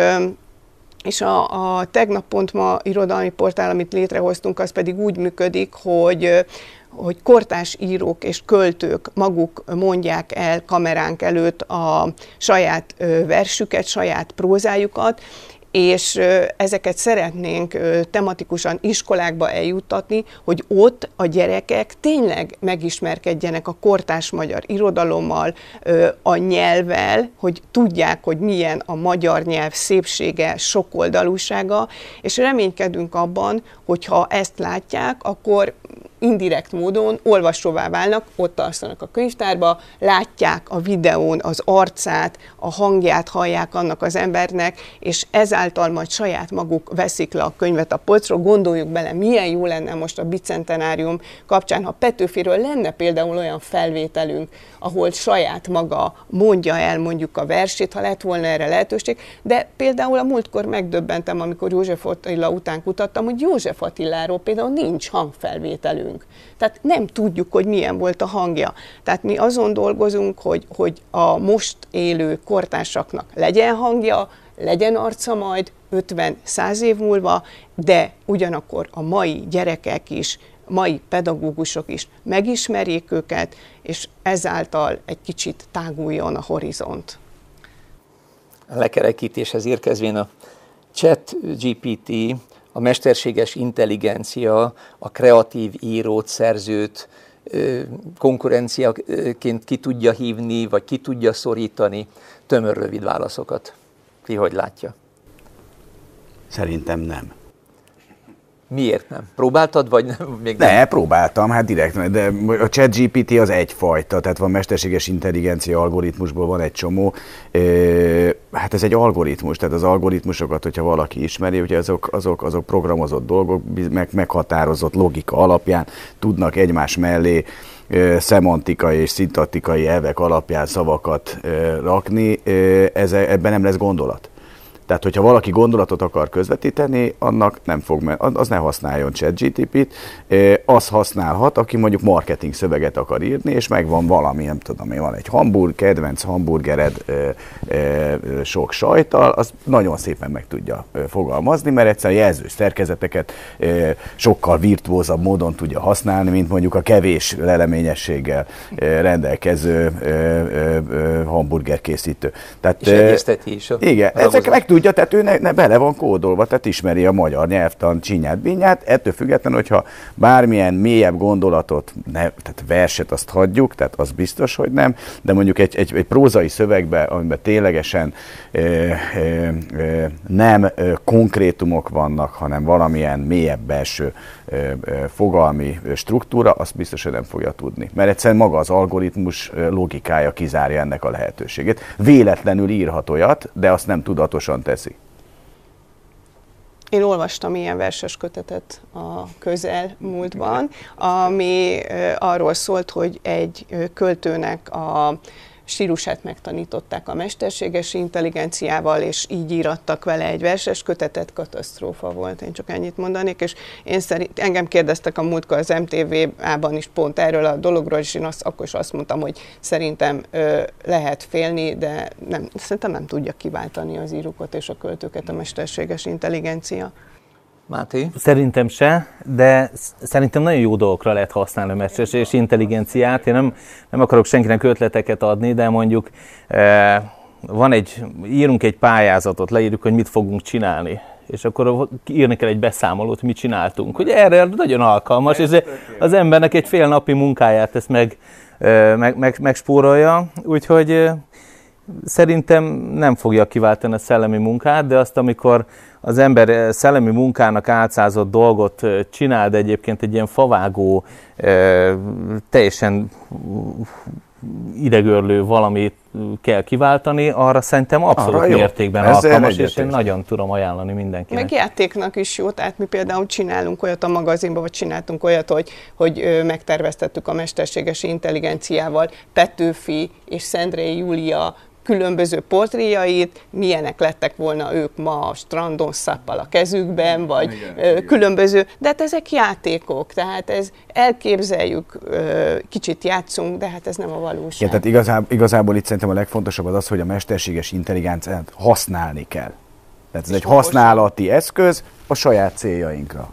Speaker 2: és a, a Tegnap Pont Ma irodalmi portál, amit létrehoztunk, az pedig úgy működik, hogy hogy kortárs írók és költők maguk mondják el kameránk előtt a saját versüket, saját prózájukat, és ezeket szeretnénk tematikusan iskolákba eljuttatni, hogy ott a gyerekek tényleg megismerkedjenek a kortárs magyar irodalommal, a nyelvvel, hogy tudják, hogy milyen a magyar nyelv szépsége, sokoldalúsága, és reménykedünk abban, hogy ha ezt látják, akkor indirekt módon olvasóvá válnak, ott alszanak a könyvtárba, látják a videón az arcát, a hangját hallják annak az embernek, és ezáltal majd saját maguk veszik le a könyvet a polcról. Gondoljuk bele, milyen jó lenne most a bicentenárium kapcsán, ha Petőfiről lenne például olyan felvételünk, ahol saját maga mondja el mondjuk a versét, ha lett volna erre lehetőség, de például a múltkor megdöbbentem, amikor József Attila után kutattam, hogy József Attiláról például nincs hangfelvételünk. Tehát nem tudjuk, hogy milyen volt a hangja. Tehát mi azon dolgozunk, hogy, hogy a most élő kortársaknak legyen hangja, legyen arca majd ötven-száz év múlva, de ugyanakkor a mai gyerekek is, mai pedagógusok is megismerjék őket, és ezáltal egy kicsit táguljon a horizont.
Speaker 1: A lekerekítéshez érkezvén a ChatGPT, a mesterséges intelligencia, a kreatív írót, szerzőt konkurenciaként ki tudja hívni, vagy ki tudja szorítani? Tömör, rövid válaszokat. Ti hogy látja?
Speaker 3: Szerintem nem.
Speaker 1: Miért nem? Próbáltad, vagy nem? Még
Speaker 3: ne,
Speaker 1: nem?
Speaker 3: próbáltam, hát direkt, de a ChatGPT az egyfajta, tehát van mesterséges intelligencia algoritmusból van egy csomó, hát ez egy algoritmus, tehát az algoritmusokat, hogyha valaki ismeri, ugye azok, azok, azok programozott dolgok, meg, meghatározott logika alapján tudnak egymás mellé szemantikai és szintaktikai elvek alapján szavakat rakni, ez, ebben nem lesz gondolat. Tehát, hogyha valaki gondolatot akar közvetíteni, annak nem fog, az ne használjon ChatGPT-t, az használhat, aki mondjuk marketing szöveget akar írni, és megvan valami, nem tudom én, van egy hamburg, kedvenc hamburgered sok sajttal, az nagyon szépen meg tudja fogalmazni, mert egyszerűen jelzős szerkezeteket sokkal virtuózabb módon tudja használni, mint mondjuk a kevés leleményességgel rendelkező hamburgerkészítő. Tehát,
Speaker 1: és egyezteti is.
Speaker 3: Igen, ezek meg tudja, tehát ő ne, ne bele van kódolva, tehát ismeri a magyar nyelvtan csinyát, binyát, ettől függetlenül, hogyha bármilyen mélyebb gondolatot, ne, tehát verset azt hagyjuk, tehát az biztos, hogy nem, de mondjuk egy, egy, egy prózai szövegben, amiben ténylegesen ö, ö, ö, nem ö, konkrétumok vannak, hanem valamilyen mélyebb belső ö, ö, fogalmi struktúra, azt biztos, hogy nem fogja tudni. Mert egyszerűen maga az algoritmus logikája kizárja ennek a lehetőségét. Véletlenül írhat olyat, de azt nem tudatosan teszi.
Speaker 2: Én olvastam ilyen verses kötetet a közelmúltban, ami arról szólt, hogy egy költőnek a stílusát megtanították a mesterséges intelligenciával, és így írattak vele egy verses kötetet, katasztrófa volt, én csak ennyit mondanék, és én szerint, engem kérdeztek a múltkor az em té vé-ában is pont erről a dologról, és én azt, akkor is azt mondtam, hogy szerintem ö, lehet félni, de nem, szerintem nem tudja kiváltani az írókat és a költőket a mesterséges intelligencia.
Speaker 1: Máté?
Speaker 4: Szerintem se, de szerintem nagyon jó dolgokra lehet használni a mesterséges intelligenciát. Én nem, nem akarok senkinek ötleteket adni, de mondjuk eh, van egy, írunk egy pályázatot, leírjuk, hogy mit fogunk csinálni, és akkor írni kell egy beszámolót, mit csináltunk. Ugye erre nagyon alkalmas, és az embernek egy fél napi munkáját ezt meg, eh, meg, meg, megspórolja, úgyhogy eh, Szerintem nem fogja kiváltani a szellemi munkát, de azt, amikor az ember szellemi munkának átszázott dolgot csinál, de egyébként egy ilyen favágó, teljesen idegörlő valamit kell kiváltani, arra szerintem abszolút arra mértékben alkalmas, és én nagyon tudom ajánlani mindenkinek.
Speaker 2: Meg játéknak is jó, tehát mi például csinálunk olyat a magazinban, vagy csináltunk olyat, hogy, hogy megterveztettük a mesterséges intelligenciával Petőfi és Szendrei Júlia különböző portréjait, milyenek lettek volna ők ma a strandon szappal a kezükben, vagy igen, ö, igen. különböző, de hát ezek játékok, tehát ez elképzeljük, ö, kicsit játszunk, de hát ez nem a valóság.
Speaker 3: Ja, tehát igazából, igazából itt szerintem a legfontosabb az az, hogy a mesterséges intelligenciát használni kell. Tehát ez és egy használati eszköz a saját céljainkra.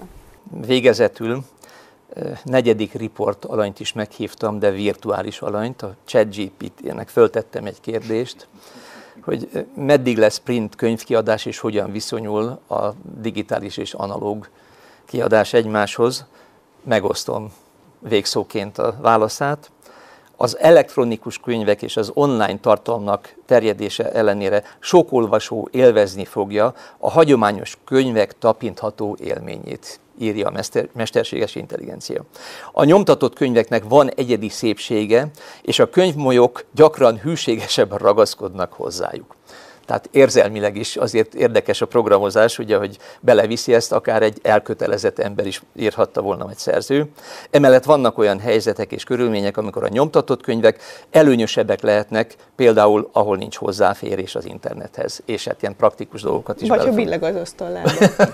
Speaker 1: Végezetül negyedik riport alanyt is meghívtam, de virtuális alanyt, a ChatGPT-nek föltettem egy kérdést, hogy meddig lesz print könyvkiadás, és hogyan viszonyul a digitális és analóg kiadás egymáshoz. Megosztom végszóként a válaszát. Az elektronikus könyvek és az online tartalmak terjedése ellenére sok olvasó élvezni fogja a hagyományos könyvek tapintható élményét, írja a mester, mesterséges intelligencia. A nyomtatott könyveknek van egyedi szépsége, és a könyvmolyok gyakran hűségesebben ragaszkodnak hozzájuk. Tehát érzelmileg is azért érdekes a programozás, ugye, hogy beleviszi ezt, akár egy elkötelezett ember is írhatta volna, egy szerző. Emellett vannak olyan helyzetek és körülmények, amikor a nyomtatott könyvek előnyösebbek lehetnek, például ahol nincs hozzáférés az internethez, és hát ilyen praktikus dolgokat is.
Speaker 2: Vagy ha billeg az asztallába.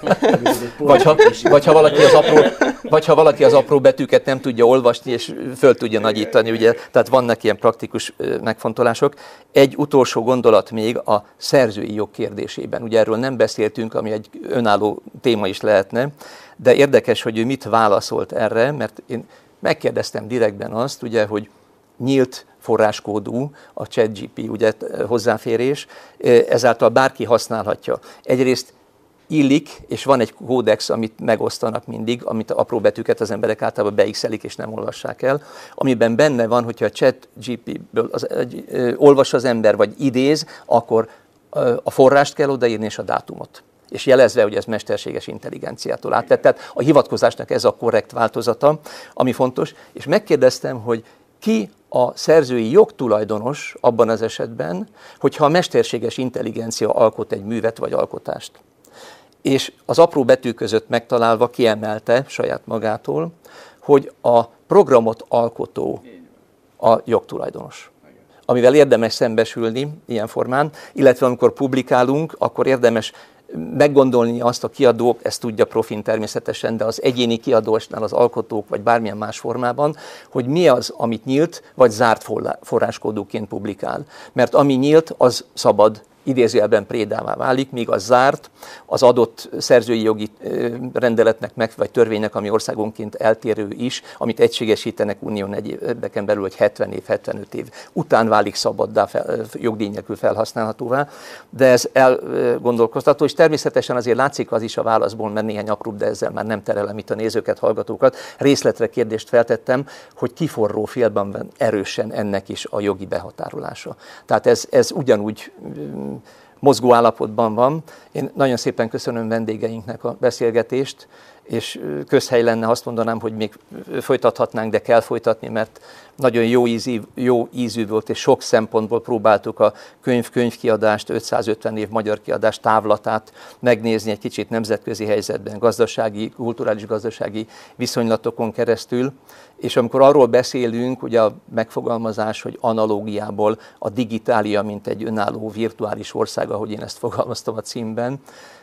Speaker 1: vagy, ha, vagy, ha valaki az apró, vagy ha valaki az apró betűket nem tudja olvasni, és föl tudja nagyítani, ugye, tehát vannak ilyen praktikus megfontolások. Egy utolsó gondolat még a szerzői jog kérdésében. Ugye erről nem beszéltünk, ami egy önálló téma is lehetne, de érdekes, hogy ő mit válaszolt erre, mert én megkérdeztem direktben azt, ugye, hogy nyílt forráskódú a ChatGPT ugye, hozzáférés, ezáltal bárki használhatja. Egyrészt illik, és van egy kódex, amit megosztanak mindig, amit apró betűket az emberek általában beixelik és nem olvassák el, amiben benne van, hogyha a ChatGPT-ből az, egy, ö, olvas az ember, vagy idéz, akkor ö, a forrást kell odaírni és a dátumot. És jelezve, hogy ez mesterséges intelligenciától átvett. Tehát a hivatkozásnak ez a korrekt változata, ami fontos. És megkérdeztem, hogy ki a szerzői jogtulajdonos abban az esetben, hogyha a mesterséges intelligencia alkot egy művet vagy alkotást. És az apró betűk között megtalálva kiemelte saját magától, hogy a programot alkotó a jogtulajdonos. Amivel érdemes szembesülni ilyen formán, illetve amikor publikálunk, akkor érdemes meggondolni azt, a kiadók, ezt tudja profin természetesen, de az egyéni kiadósnál az alkotók, vagy bármilyen más formában, hogy mi az, amit nyílt, vagy zárt forráskódúként publikál. Mert ami nyílt, az szabad, idézőjelben prédává válik, míg az zárt, az adott szerzői jogi rendeletnek meg, vagy törvénynek, ami országonként eltérő is, amit egységesítenek unión egyébeken belül, hogy hetven év, hetvenöt év után válik szabaddá, fel, jogdíj nélkül felhasználhatóvá. De ez elgondolkoztató, és természetesen azért látszik az is a válaszból, mert néhány apróbb, de ezzel már nem terelem itt a nézőket, hallgatókat. Részletre kérdést feltettem, hogy kiforró félben van erősen ennek is a jogi behatárolása. Tehát ez, ez ugyanúgy mozgó állapotban van. Én nagyon szépen köszönöm vendégeinknek a beszélgetést, és közhely lenne, azt mondanám, hogy még folytathatnánk, de kell folytatni, mert nagyon jó ízű, jó ízű volt, és sok szempontból próbáltuk a könyv-könyvkiadást, ötszázötven év magyar kiadás távlatát megnézni egy kicsit nemzetközi helyzetben, gazdasági, kulturális gazdasági viszonylatokon keresztül, és amikor arról beszélünk, ugye a megfogalmazás, hogy analógiából a digitália, mint egy önálló virtuális ország, ahogy én ezt fogalmaztam a címben,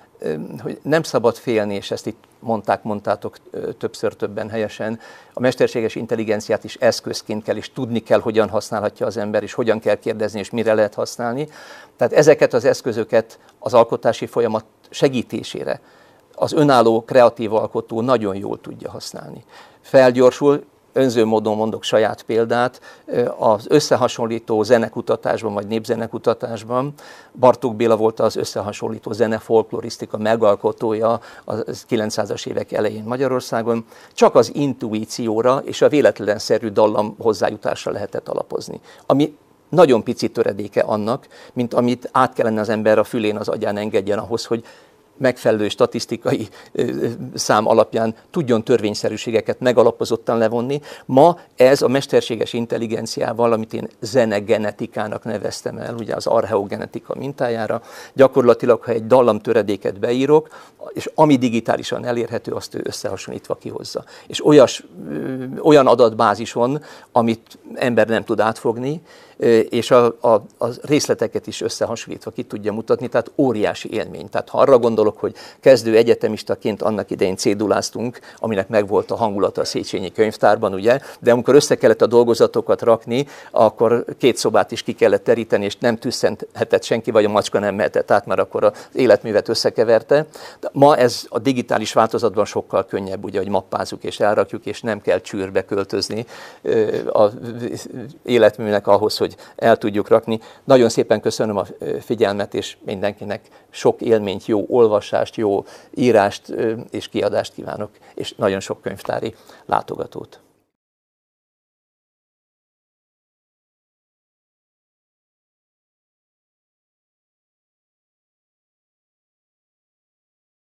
Speaker 1: hogy nem szabad félni, és ezt itt mondták, mondtátok többször többen helyesen, a mesterséges intelligenciát is eszközként kell, és tudni kell, hogyan használhatja az ember, és hogyan kell kérdezni, és mire lehet használni. Tehát ezeket az eszközöket az alkotási folyamat segítésére az önálló kreatív alkotó nagyon jól tudja használni. Felgyorsul, önző módon mondok saját példát, az összehasonlító zenekutatásban, vagy népzenekutatásban Bartók Béla volt az összehasonlító zene folklorisztika megalkotója a kilencszázas évek elején Magyarországon, csak az intuícióra és a véletlenszerű dallam hozzájutásra lehetett alapozni. Ami nagyon pici töredéke annak, mint amit át kellene az ember a fülén, az agyán engedjen ahhoz, hogy megfelelő statisztikai szám alapján tudjon törvényszerűségeket megalapozottan levonni. Ma ez a mesterséges intelligenciával, amit én zenegenetikának neveztem el, ugye az archeogenetika mintájára, gyakorlatilag, ha egy dallamtöredéket beírok, és ami digitálisan elérhető, azt ő összehasonlítva kihozza. És olyas, olyan adatbázison, amit ember nem tud átfogni, és a, a, a részleteket is összehasonlítva ki tudja mutatni, tehát óriási élmény. Tehát ha arra gondolok, hogy kezdő egyetemistaként annak idején céduláztunk, aminek megvolt a hangulata a Széchenyi könyvtárban, ugye, de amikor össze kellett a dolgozatokat rakni, akkor két szobát is ki kellett teríteni, és nem tüsszenthetett senki, vagy a macska nem mehetett át, mert akkor az életművet összekeverte. De ma ez a digitális változatban sokkal könnyebb, ugye, hogy mappázunk és elrakjuk, és nem kell csűrbe költözni az életműnek ahhoz, hogy el tudjuk rakni. Nagyon szépen köszönöm a figyelmet, és mindenkinek sok élményt, jó olvasást, jó írást és kiadást kívánok, és nagyon sok könyvtári látogatót.